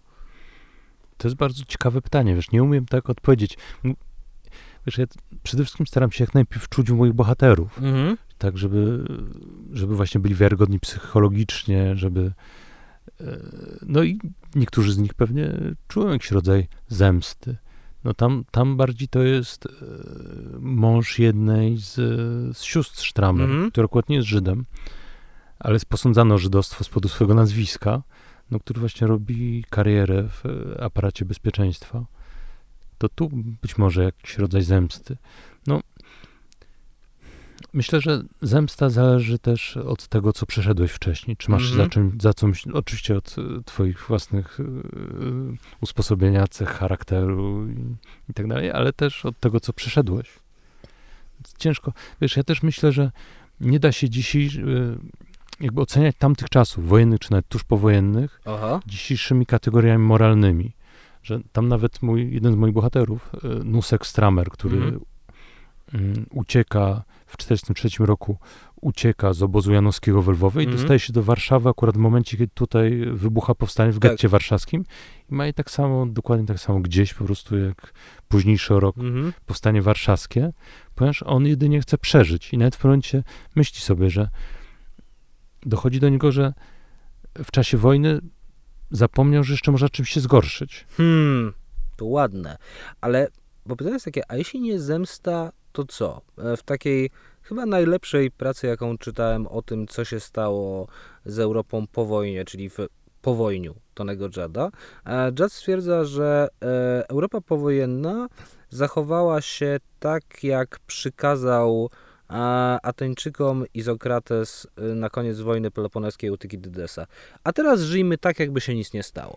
To jest bardzo ciekawe pytanie, wiesz, nie umiem tak odpowiedzieć. Wiesz, ja przede wszystkim staram się jak najpierw czuć u moich bohaterów. Tak, żeby właśnie byli wiarygodni psychologicznie, żeby No i niektórzy z nich pewnie czują jakiś rodzaj zemsty. No tam bardziej to jest mąż jednej z sióstr Stramer, który akurat nie jest Żydem, ale jest posądzany o żydostwo z powodu swojego nazwiska, no, który właśnie robi karierę w aparacie bezpieczeństwa. To tu być może jakiś rodzaj zemsty. No, myślę, że zemsta zależy też od tego, co przeszedłeś wcześniej. Czy masz za czymś, oczywiście od twoich własnych usposobienia, cech charakteru i tak dalej, ale też od tego, co przeszedłeś. Ciężko. Wiesz, ja też myślę, że nie da się dzisiaj jakby oceniać tamtych czasów, wojennych czy nawet tuż powojennych, dzisiejszymi kategoriami moralnymi. Że tam nawet jeden z moich bohaterów, Nusek Stramer, który ucieka w 1943 roku, ucieka z obozu janowskiego w Lwowie i dostaje się do Warszawy akurat w momencie, kiedy tutaj wybucha powstanie w getcie warszawskim. I ma tak samo, dokładnie tak samo gdzieś po prostu jak późniejszy rok powstanie warszawskie, ponieważ on jedynie chce przeżyć. I nawet w momencie myśli sobie, że dochodzi do niego, że w czasie wojny zapomniał, że jeszcze można czymś się zgorszyć. To ładne. Ale bo pytanie jest takie, a jeśli nie zemsta, to co? W takiej chyba najlepszej pracy, jaką czytałem o tym, co się stało z Europą po wojnie, czyli w powojniu Tonego Judda, Judd stwierdza, że Europa powojenna zachowała się tak, jak przykazał Ateńczykom Izokrates na koniec wojny peloponeskiej u Tykidydesa. A teraz żyjmy tak, jakby się nic nie stało.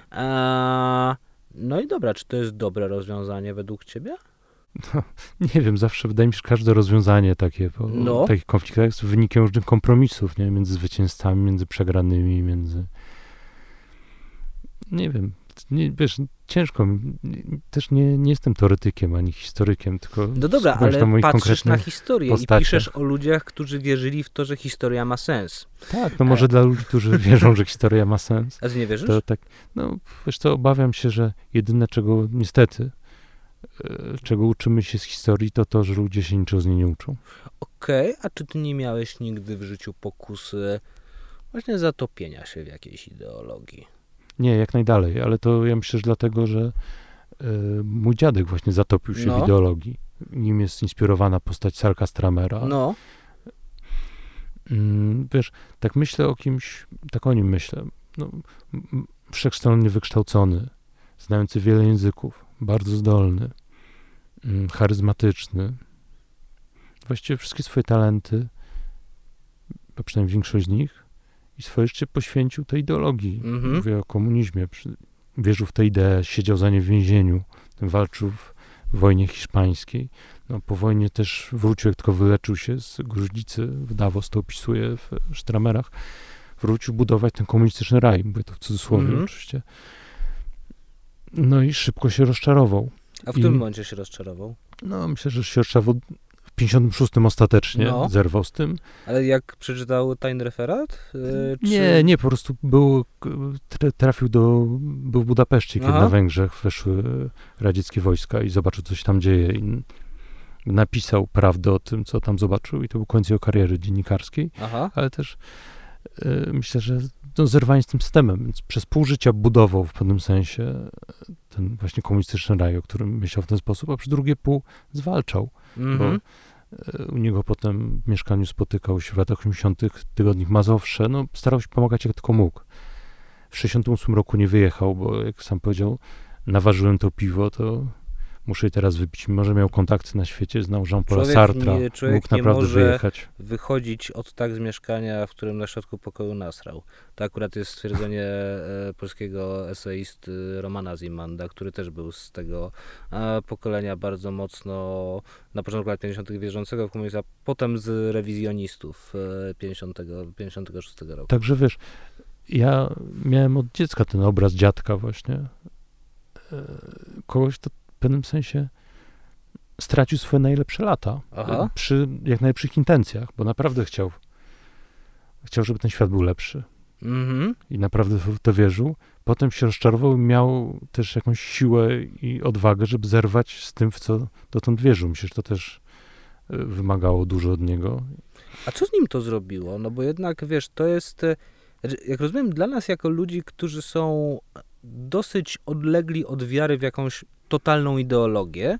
No i dobra, czy to jest dobre rozwiązanie według ciebie? No, nie wiem, zawsze wydaje mi się, że każde rozwiązanie takie po takich konfliktach jest wynikiem różnych kompromisów, nie? Między zwycięzcami, między przegranymi, nie wiem, wiesz, ciężko. Też nie jestem teoretykiem ani historykiem, tylko no dobra, ale na patrzysz na historię postaciach. I piszesz o ludziach, którzy wierzyli w to, że historia ma sens. Tak, no może dla ludzi, którzy wierzą, że historia ma sens. A ty nie wierzysz? To tak, no wiesz co, obawiam się, że jedyne, czego uczymy się z historii, to, że ludzie się niczego z niej nie uczą. Okej, a czy ty nie miałeś nigdy w życiu pokusy właśnie zatopienia się w jakiejś ideologii? Nie, jak najdalej, ale to ja myślę, że dlatego, że mój dziadek właśnie zatopił się w ideologii. Nim jest inspirowana postać Salka Stramera. Wiesz, tak myślę o kimś, tak o nim myślę. No, wszechstronnie wykształcony, znający wiele języków, bardzo zdolny, charyzmatyczny. Właściwie wszystkie swoje talenty, a przynajmniej większość z nich, i swoje życie poświęcił tej ideologii. Mówię o komunizmie. Wierzył w tę ideę, siedział za nie w więzieniu, walczył w wojnie hiszpańskiej. No, po wojnie też wrócił, jak tylko wyleczył się z gruźlicy w Davos, to opisuje w Stramerach. Wrócił budować ten komunistyczny raj, mówię to w cudzysłowie oczywiście. No i szybko się rozczarował. A w którym momencie się rozczarował? No, myślę, że się rozczarował w 56 ostatecznie, zerwał z tym. Ale jak przeczytał tajny referat? Nie, po prostu był w Budapeszcie, kiedy na Węgrzech weszły radzieckie wojska i zobaczył, co się tam dzieje. I napisał prawdę o tym, co tam zobaczył, i to był koniec jego kariery dziennikarskiej. Ale też myślę, że zerwanie z tym systemem. Więc przez pół życia budował w pewnym sensie ten właśnie komunistyczny raj, o którym myślał w ten sposób, a przez drugie pół zwalczał. Bo u niego potem w mieszkaniu spotykał się w latach 80. tygodnik Mazowsze. No, starał się pomagać jak tylko mógł. W 68 roku nie wyjechał, bo jak sam powiedział, naważyłem to piwo, to muszę je teraz wypić. Mimo że miał kontakty na świecie, znał Jean-Paula Sartra, mógł naprawdę wyjechać. Wychodzić od z mieszkania, w którym na środku pokoju nasrał. To akurat jest stwierdzenie polskiego eseisty Romana Zimanda, który też był z tego pokolenia bardzo mocno na początku lat 50. wierzącego w komunizm, a potem z rewizjonistów 56 roku. Także wiesz, ja miałem od dziecka ten obraz dziadka właśnie. Kogoś, kto w pewnym sensie stracił swoje najlepsze lata. Przy jak najlepszych intencjach, bo naprawdę chciał, żeby ten świat był lepszy. I naprawdę w to wierzył. Potem się rozczarował i miał też jakąś siłę i odwagę, żeby zerwać z tym, w co dotąd wierzył. Myślę, że to też wymagało dużo od niego. A co z nim to zrobiło? No bo jednak, wiesz, to jest Jak rozumiem, dla nas jako ludzi, którzy są dosyć odlegli od wiary w jakąś totalną ideologię,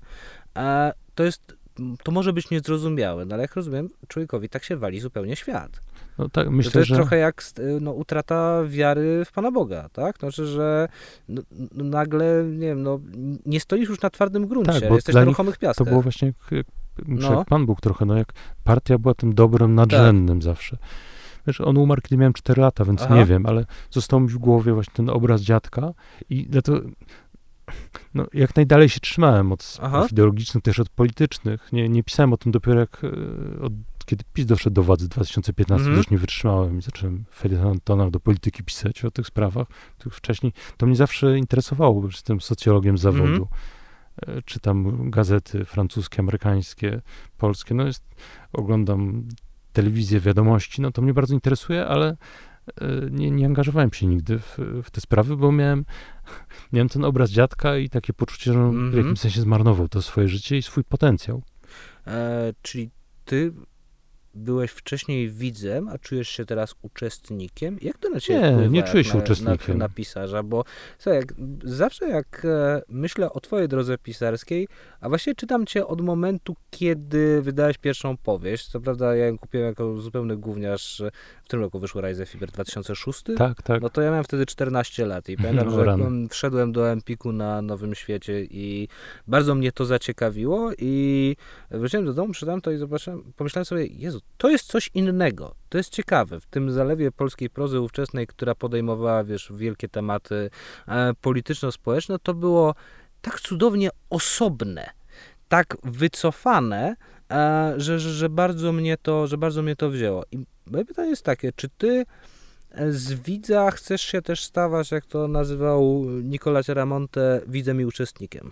to może być niezrozumiałe, no ale jak rozumiem, człowiekowi tak się wali zupełnie świat. No tak, myślę, to jest trochę jak utrata wiary w Pana Boga, tak? Znaczy, że nagle, nie wiem, nie stoisz już na twardym gruncie, tak, jesteś na ruchomych piaskach. To było właśnie jak Pan Bóg trochę, jak partia była tym dobrem nadrzędnym zawsze. Wiesz, on umarł, kiedy miałem 4 lata, więc nie wiem, ale został mi w głowie właśnie ten obraz dziadka i dlatego jak najdalej się trzymałem od spraw ideologicznych, też od politycznych. Nie pisałem o tym dopiero kiedy PiS doszedł do władzy w 2015, już nie wytrzymałem i zacząłem w felietonach do polityki pisać o tych sprawach. Wcześniej to mnie zawsze interesowało, bo jestem socjologiem z zawodu. Czytam gazety francuskie, amerykańskie, polskie. Oglądam telewizję, wiadomości, to mnie bardzo interesuje, ale nie angażowałem się nigdy w te sprawy, bo miałem ten obraz dziadka i takie poczucie, że on w jakimś sensie zmarnował to swoje życie i swój potencjał. Czyli ty byłeś wcześniej widzem, a czujesz się teraz uczestnikiem? Jak to na ciebie wpływa? Nie czuję się uczestnikiem. Na pisarza, bo słuchaj, zawsze jak myślę o twojej drodze pisarskiej, a właściwie czytam cię od momentu, kiedy wydałeś pierwszą powieść. Co prawda ja ją kupiłem jako zupełny gówniarz. W którym roku wyszło Rise of Fiber? 2006? Tak. No to ja miałem wtedy 14 lat i pamiętam, że wszedłem do Empiku na Nowym Świecie i bardzo mnie to zaciekawiło i wróciłem do domu, przeczytałem to i pomyślałem sobie, Jezu, to jest coś innego. To jest ciekawe. W tym zalewie polskiej prozy ówczesnej, która podejmowała, wielkie tematy polityczno-społeczne, to było tak cudownie osobne, tak wycofane, że bardzo mnie to wzięło. I moje pytanie jest takie, czy ty z widza chcesz się też stawać, jak to nazywał Nicola Ramonte, widzem i uczestnikiem?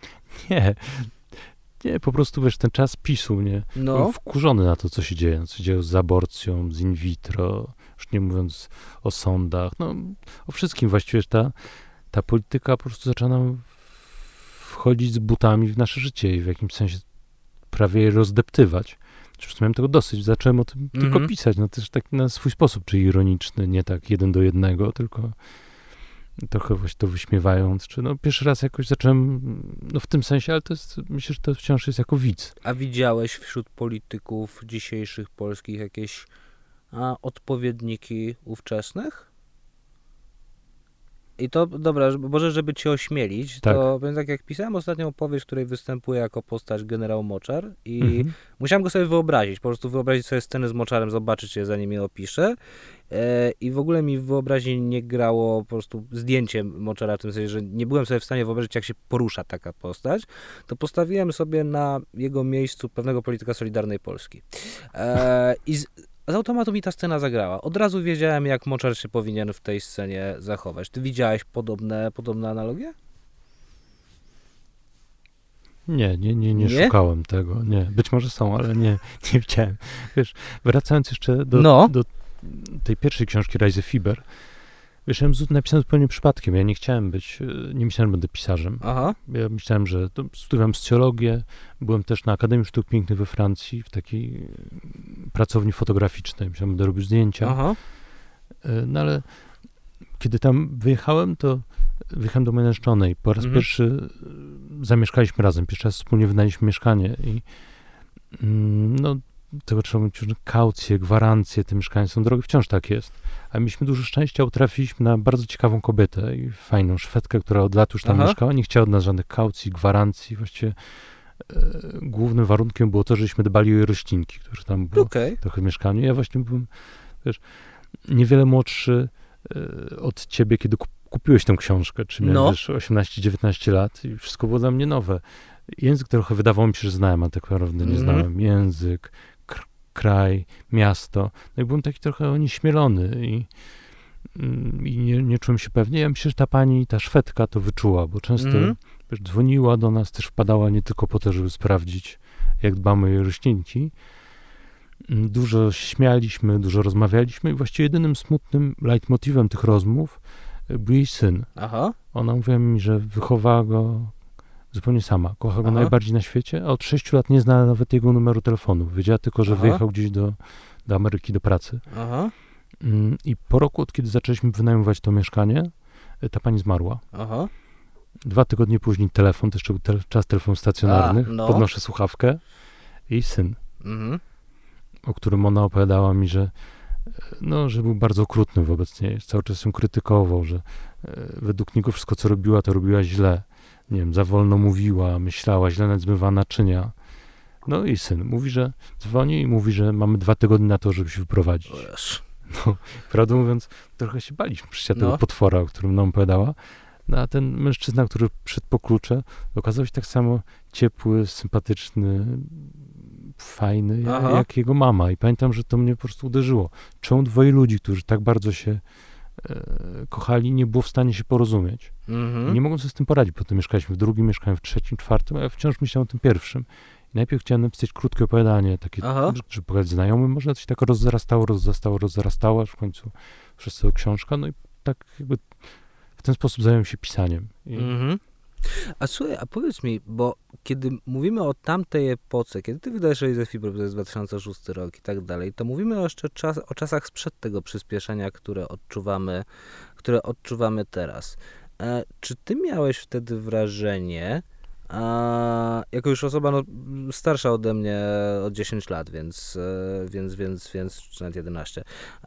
Nie, po prostu ten czas PiS-u mnie byłem wkurzony na to, co się dzieje z aborcją, z in vitro, już nie mówiąc o sądach, o wszystkim właściwie. Ta polityka po prostu zaczyna wchodzić z butami w nasze życie i w jakimś sensie prawie je rozdeptywać. Już miałem tego dosyć, zacząłem o tym tylko pisać, też tak na swój sposób, czy ironiczny, nie tak 1 do 1, tylko trochę właśnie to wyśmiewając, czy pierwszy raz jakoś zacząłem, w tym sensie, ale myślę, że to wciąż jest jako widz. A widziałeś wśród polityków dzisiejszych polskich jakieś odpowiedniki ówczesnych? I to, dobra, może żeby cię ośmielić, to więc tak jak pisałem ostatnią opowieść, w której występuje jako postać generał Moczar i musiałem go sobie wyobrazić, po prostu wyobrazić sobie sceny z Moczarem, zobaczyć je, zanim je opiszę. I w ogóle mi w wyobraźni nie grało po prostu zdjęcie Moczara, w tym sensie, że nie byłem sobie w stanie wyobrazić, jak się porusza taka postać, to postawiłem sobie na jego miejscu pewnego polityka Solidarnej Polski. I z automatu mi ta scena zagrała. Od razu wiedziałem, jak Moczar się powinien w tej scenie zachować. Ty widziałeś podobne analogie? Nie szukałem tego. Nie. Być może są, ale nie widziałem. Wracając jeszcze do tej pierwszej książki Rise of Fiber, ja napisałem zupełnie przypadkiem. Ja nie myślałem, że będę pisarzem. Ja myślałem, że studiowałem socjologię, byłem też na Akademii Sztuk Pięknych we Francji, w takiej pracowni fotograficznej. Myślałem, że będę robił zdjęcia. Ale kiedy tam wyjechałem, to wyjechałem do mojej narzeczonej. Po raz pierwszy zamieszkaliśmy razem. Pierwszy raz wspólnie wynajęliśmy mieszkanie i tego trzeba mieć różne kaucje, gwarancje, te mieszkania są drogie, wciąż tak jest. A mieliśmy dużo szczęścia, trafiliśmy na bardzo ciekawą kobietę i fajną Szwedkę, która od lat już tam mieszkała, nie chciała od nas żadnych kaucji, gwarancji. Właściwie głównym warunkiem było to, żeśmy dbali o jej roślinki, które tam było trochę w mieszkaniu. Ja właśnie byłem, niewiele młodszy od ciebie, kiedy kupiłeś tę książkę, czy miałem 18-19 lat i wszystko było dla mnie nowe. Język trochę wydawało mi się, że znałem, a tak naprawdę nie znałem. Język, kraj, miasto. I byłem taki trochę onieśmielony i nie czułem się pewnie. Ja myślę, że ta pani, ta Szwedka to wyczuła, bo często dzwoniła do nas, też wpadała nie tylko po to, żeby sprawdzić, jak dbamy o jej roślinki. Dużo śmialiśmy, dużo rozmawialiśmy i właściwie jedynym smutnym leitmotywem tych rozmów był jej syn. Ona mówiła mi, że wychowała go zupełnie sama. Kocha go najbardziej na świecie, a od 6 lat nie zna nawet jego numeru telefonu. Wiedziała tylko, że wyjechał gdzieś do Ameryki do pracy. I po roku, od kiedy zaczęliśmy wynajmować to mieszkanie, ta pani zmarła. Aha. 2 tygodnie później telefon, to jeszcze był czas telefonów stacjonarnych, podnoszę słuchawkę i syn, o którym ona opowiadała mi, że był bardzo okrutny wobec niej, cały czas ją krytykował, że według niego wszystko, co robiła, to robiła źle. Nie wiem, za wolno mówiła, myślała, źle zmywała naczynia. No i syn mówi, że dzwoni i mówi, że mamy 2 tygodnie na to, żeby się wyprowadzić. No, prawdę mówiąc, trochę się baliśmy przecież tego potwora, o którym nam opowiadała. No a ten mężczyzna, który przyszedł po klucze, okazał się tak samo ciepły, sympatyczny, fajny, jak jego mama. I pamiętam, że to mnie po prostu uderzyło. Czemu 2 ludzi, którzy tak bardzo się kochali, nie było w stanie się porozumieć. I nie mogą sobie z tym poradzić. Potem mieszkaliśmy w drugim, mieszkałem w trzecim, czwartym, a ja wciąż myślałem o tym pierwszym. I najpierw chciałem napisać krótkie opowiadanie, takie, żeby pokazać znajomym, może coś tak rozrastało, aż w końcu wszyscy książka. No i tak jakby w ten sposób zająłem się pisaniem. A słuchaj, a powiedz mi, bo kiedy mówimy o tamtej epoce, kiedy ty wydajesz Elizę, to jest 2006 rok i tak dalej, to mówimy jeszcze o czasach sprzed tego przyspieszenia, które odczuwamy teraz. Czy ty miałeś wtedy wrażenie, jako już osoba starsza ode mnie o 10 lat, więc czy nawet 11,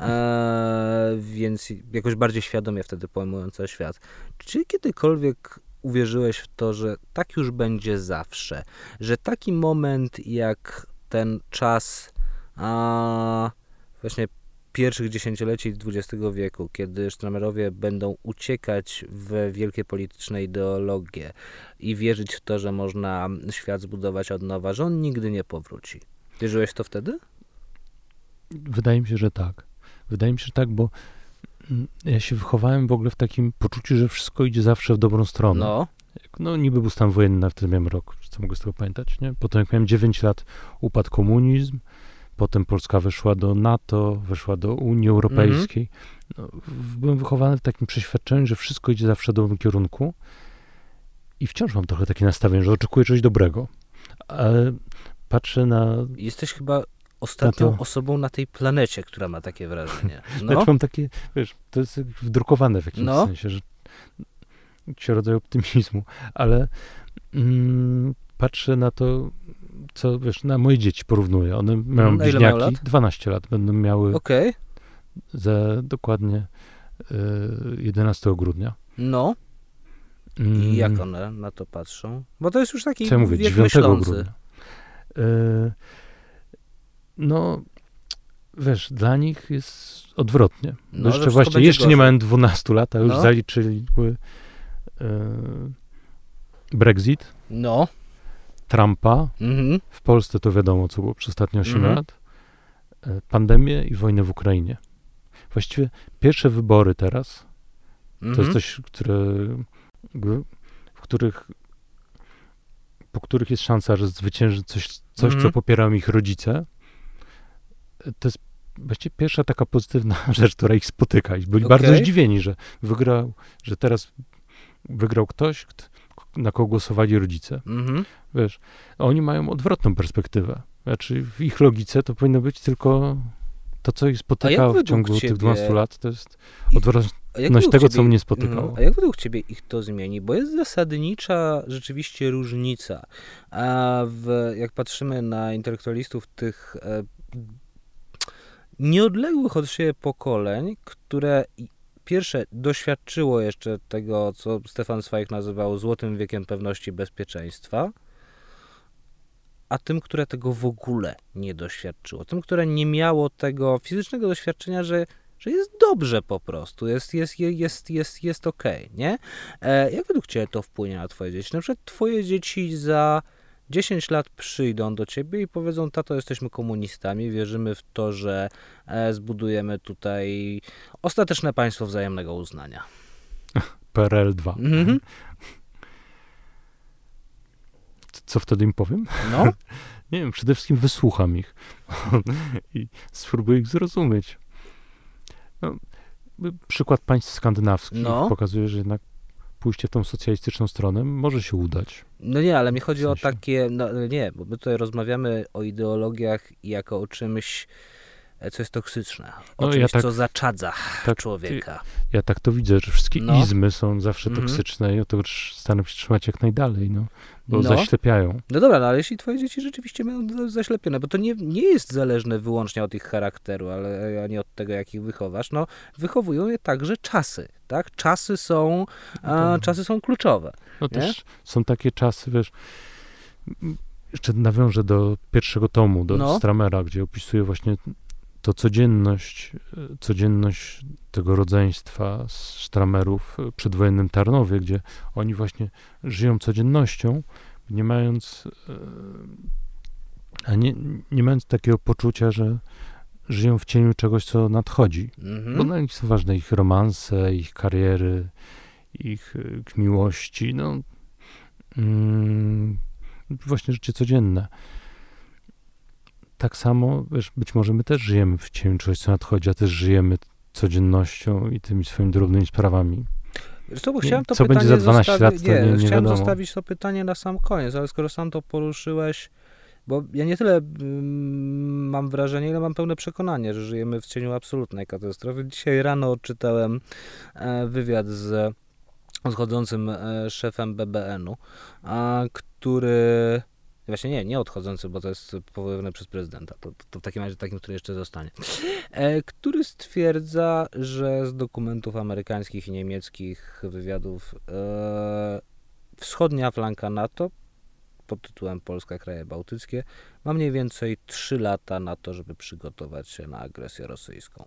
więc jakoś bardziej świadomie wtedy pojmująca świat. Czy kiedykolwiek uwierzyłeś w to, że tak już będzie zawsze, że taki moment jak ten czas właśnie pierwszych dziesięcioleci XX wieku, kiedy Stramerowie będą uciekać w wielkie polityczne ideologie i wierzyć w to, że można świat zbudować od nowa, że on nigdy nie powróci. Wierzyłeś w to wtedy? Wydaje mi się, że tak. Bo ja się wychowałem w ogóle w takim poczuciu, że wszystko idzie zawsze w dobrą stronę. Niby był stan wojenny, wtedy miałem rok, co mogę z tego pamiętać, nie? Potem jak miałem 9 lat, upadł komunizm, potem Polska weszła do NATO, weszła do Unii Europejskiej. Byłem wychowany w takim przeświadczeniu, że wszystko idzie zawsze w dobrym kierunku i wciąż mam trochę takie nastawienie, że oczekuję czegoś dobrego. Ale patrzę na... Jesteś chyba ostatnią osobą na tej planecie, która ma takie wrażenie. Znaczy mam takie, to jest wdrukowane w jakimś sensie, że jakiś rodzaj optymizmu, ale patrzę na to, co, na moje dzieci porównuję. One mają bliźniaki, 12 lat będą miały za dokładnie 11 grudnia. I jak one na to patrzą? Bo to jest już taki wiek myślący. 9 grudnia. Dla nich jest odwrotnie. Jeszcze nie mają 12 lat, a już zaliczyli Brexit. Trumpa. W Polsce to wiadomo, co było przez ostatnie 8 lat. Pandemię i wojnę w Ukrainie. Właściwie pierwsze wybory teraz to jest coś, po których jest szansa, że zwycięży coś co popierają ich rodzice. To jest właściwie pierwsza taka pozytywna rzecz, która ich spotyka. I byli bardzo zdziwieni, że teraz wygrał ktoś, na kogo głosowali rodzice. Oni mają odwrotną perspektywę. Znaczy w ich logice to powinno być tylko to, co ich spotykało w ciągu tych 12 lat, to jest odwrotność tego, co mnie spotykało. A jak według ciebie ich to zmieni? Bo jest zasadnicza rzeczywiście różnica. Jak patrzymy na intelektualistów tych nieodległych od siebie pokoleń, które pierwsze doświadczyło jeszcze tego, co Stefan Zweig nazywał złotym wiekiem pewności bezpieczeństwa, a tym, które tego w ogóle nie doświadczyło. Tym, które nie miało tego fizycznego doświadczenia, że jest dobrze po prostu, jest okej, nie? Jak według ciebie to wpłynie na twoje dzieci? Na przykład twoje dzieci za 10 lat przyjdą do ciebie i powiedzą: tato, jesteśmy komunistami, wierzymy w to, że zbudujemy tutaj ostateczne państwo wzajemnego uznania. PRL 2. Co wtedy im powiem? Nie wiem, przede wszystkim wysłucham ich i spróbuję ich zrozumieć. Przykład państw skandynawskich pokazuje, że jednak pójście w tą socjalistyczną stronę może się udać. Nie, ale mi chodzi o takie, bo my tutaj rozmawiamy o ideologiach jako o czymś co jest toksyczne, o czymś, co zaczadza człowieka. Ja tak to widzę, że wszystkie izmy są zawsze toksyczne i to staram się trzymać jak najdalej, bo zaślepiają. No dobra, ale jeśli twoje dzieci rzeczywiście będą zaślepione, bo to nie jest zależne wyłącznie od ich charakteru, a nie od tego, jak ich wychowasz, wychowują je także czasy, tak? Czasy są kluczowe. No też są takie czasy, wiesz, jeszcze nawiążę do pierwszego tomu, do Stramera, gdzie opisuje właśnie to codzienność tego rodzeństwa z Stramerów w przedwojennym Tarnowie, gdzie oni właśnie żyją codziennością, nie mając takiego poczucia, że żyją w cieniu czegoś, co nadchodzi. Bo dla nich są ważne ich romanse, ich kariery, ich miłości, właśnie życie codzienne. Tak samo, wiesz, być może my też żyjemy w cieniu czegoś, co nadchodzi, a też żyjemy codziennością i tymi swoimi drobnymi sprawami. Wiesz co, bo chciałem to co pytanie będzie za 12 lat, to nie chciałem wiadomo. zostawić to pytanie na sam koniec, ale skoro sam to poruszyłeś, bo ja nie tyle mam wrażenie, ile mam pełne przekonanie, że żyjemy w cieniu absolutnej katastrofy. Dzisiaj rano odczytałem wywiad z odchodzącym szefem BBN-u, który... Właśnie nie odchodzący, bo to jest powoływany przez prezydenta. To w takim razie takim, który jeszcze zostanie. Który stwierdza, że z dokumentów amerykańskich i niemieckich wywiadów wschodnia flanka NATO pod tytułem Polska, kraje bałtyckie ma mniej więcej 3 lata na to, żeby przygotować się na agresję rosyjską.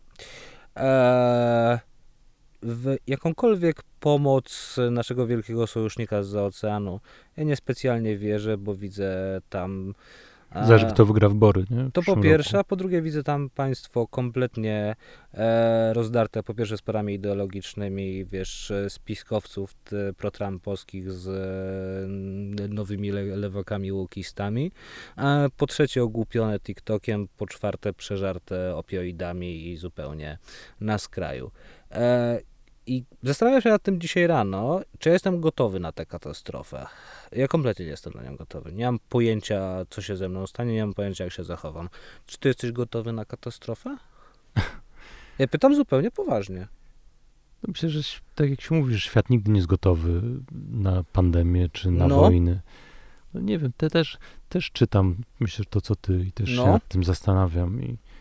W jakąkolwiek pomoc naszego wielkiego sojusznika zza oceanu ja niespecjalnie wierzę, bo widzę tam... Zależy, kto wygra wybory, nie? To po pierwsze, a po drugie widzę tam państwo kompletnie rozdarte, po pierwsze sporami ideologicznymi, wiesz, spiskowców protrampowskich z nowymi lewakami łukistami, po trzecie ogłupione TikTokiem, po czwarte przeżarte opioidami i zupełnie na skraju. I zastanawiam się nad tym dzisiaj rano, czy ja jestem gotowy na tę katastrofę. Ja kompletnie nie jestem na nią gotowy. Nie mam pojęcia, co się ze mną stanie, nie mam pojęcia, jak się zachowam. Czy ty jesteś gotowy na katastrofę? Ja pytam zupełnie poważnie. Myślę, że tak jak się mówi, że świat nigdy nie jest gotowy na pandemię czy na wojny. Nie wiem, też czytam, myślę, że to co ty i też się nad tym zastanawiam.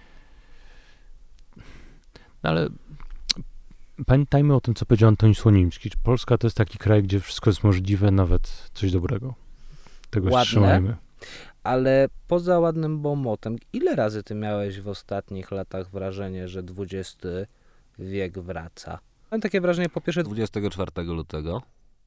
Ale pamiętajmy o tym, co powiedział Antoni Słonimski. Polska to jest taki kraj, gdzie wszystko jest możliwe, nawet coś dobrego. Tego się trzymajmy. Ale poza ładnym bomotem, ile razy ty miałeś w ostatnich latach wrażenie, że XX wiek wraca? Mam takie wrażenie, po pierwsze... 24 lutego.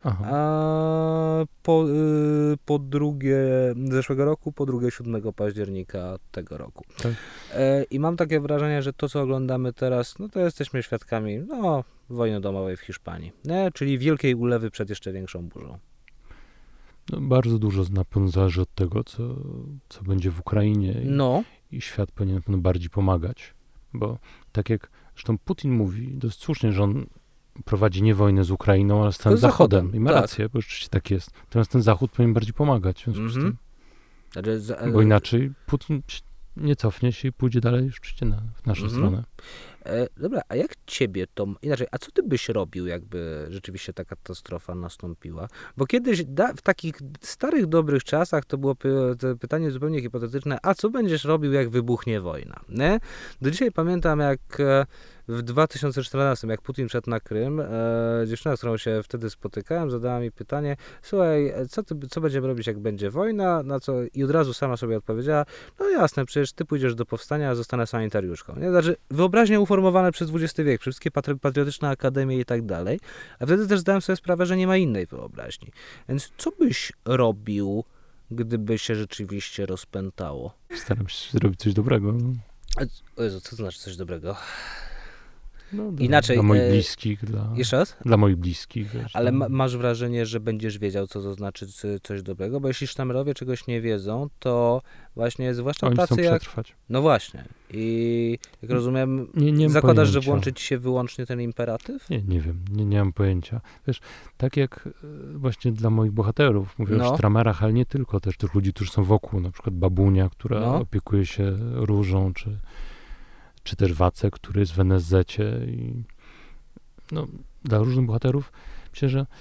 A po drugie zeszłego roku, po drugie 7 października tego roku. Tak. I mam takie wrażenie, że to, co oglądamy teraz, to jesteśmy świadkami wojny domowej w Hiszpanii, czyli wielkiej ulewy przed jeszcze większą burzą. Bardzo dużo na pewno zależy od tego, co będzie w Ukrainie i świat powinien na pewno bardziej pomagać, bo tak jak zresztą Putin mówi dość słusznie, że on prowadzi nie wojnę z Ukrainą, ale z tym Zachodem. I ma rację, bo rzeczywiście tak jest. Natomiast ten Zachód powinien bardziej pomagać w związku z tym. Bo inaczej Putin nie cofnie się i pójdzie dalej rzeczywiście w naszą stronę. Dobra, a jak ciebie to... Inaczej, a co ty byś robił, jakby rzeczywiście ta katastrofa nastąpiła? Bo kiedyś w takich starych, dobrych czasach to było pytanie zupełnie hipotetyczne, a co będziesz robił, jak wybuchnie wojna? Nie? Do dzisiaj pamiętam, jak w 2014, jak Putin szedł na Krym, dziewczyna, z którą się wtedy spotykałem, zadała mi pytanie, słuchaj, co będziemy robić, jak będzie wojna? Na co? I od razu sama sobie odpowiedziała, no jasne, przecież ty pójdziesz do powstania, a zostanę sanitariuszką. Nie? Znaczy, wyobraźnie uformowane przez XX wiek, przez wszystkie patriotyczne akademie i tak dalej, a wtedy też zdałem sobie sprawę, że nie ma innej wyobraźni. Więc co byś robił, gdyby się rzeczywiście rozpętało? Staram się zrobić coś dobrego. O Jezu, co to znaczy coś dobrego? Inaczej, dla moich bliskich. Jeszcze raz? Dla moich bliskich. Wiesz, ale masz wrażenie, że będziesz wiedział, co to znaczy coś dobrego? Bo jeśli sztammerowie czegoś nie wiedzą, to właśnie zwłaszcza oni tacy chcą przetrwać. No właśnie. I jak rozumiem, nie zakładasz, że włączy ci się wyłącznie ten imperatyw? Nie wiem, nie mam pojęcia. Wiesz, tak jak właśnie dla moich bohaterów, mówię o Stramerach, ale nie tylko, też tych ludzi, którzy są wokół, na przykład babunia, która opiekuje się Różą, czy czy też Wacek, który jest w NSZ-cie i no, dla różnych bohaterów. Myślę, że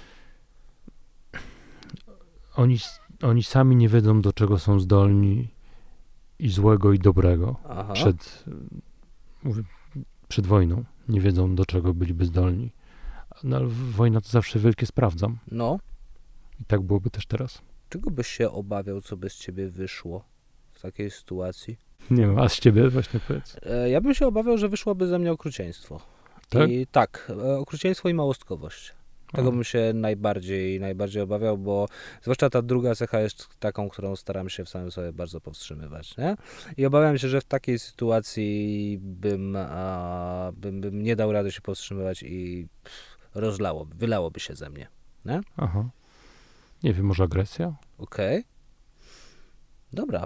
oni sami nie wiedzą, do czego są zdolni i złego, i dobrego. Przed wojną nie wiedzą, do czego byliby zdolni. No, ale wojna to zawsze wielkie sprawdzam. No. I tak byłoby też teraz. Czego byś się obawiał, co by z ciebie wyszło w takiej sytuacji? Nie wiem, a z ciebie właśnie powiedz. Ja bym się obawiał, że wyszłoby ze mnie okrucieństwo. Tak? I tak, okrucieństwo i małostkowość. Tego bym się najbardziej obawiał, bo zwłaszcza ta druga cecha jest taką, którą staram się w samym sobie bardzo powstrzymywać, nie? I obawiam się, że w takiej sytuacji bym nie dał rady się powstrzymywać i wylałoby się ze mnie, nie? Aha. Nie wiem, może agresja? Okej. Dobra.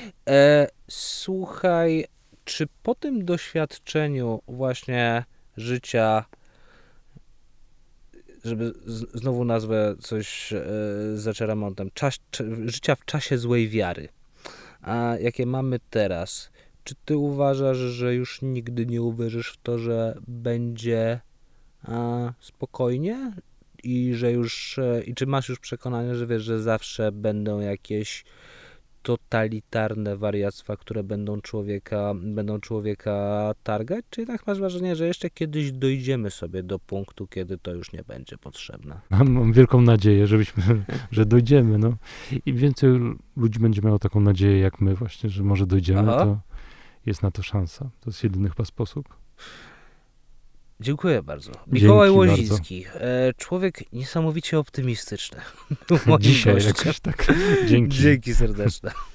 Słuchaj, czy po tym doświadczeniu właśnie życia, żeby znowu nazwę coś z remontem, życia w czasie złej wiary, a jakie mamy teraz, czy ty uważasz, że już nigdy nie uwierzysz w to, że będzie spokojnie i że już, i czy masz już przekonanie, że wiesz, że zawsze będą jakieś totalitarne wariactwa, które będą człowieka targać, czy jednak masz wrażenie, że jeszcze kiedyś dojdziemy sobie do punktu, kiedy to już nie będzie potrzebne? Mam wielką nadzieję, że dojdziemy, no. I więcej ludzi będzie miało taką nadzieję jak my właśnie, że może dojdziemy, to jest na to szansa. To jest jedyny chyba sposób. Dziękuję bardzo. Mikołaj Łoziński, człowiek niesamowicie optymistyczny. Dzisiaj jakoś tak. Dzięki. Dzięki serdeczne.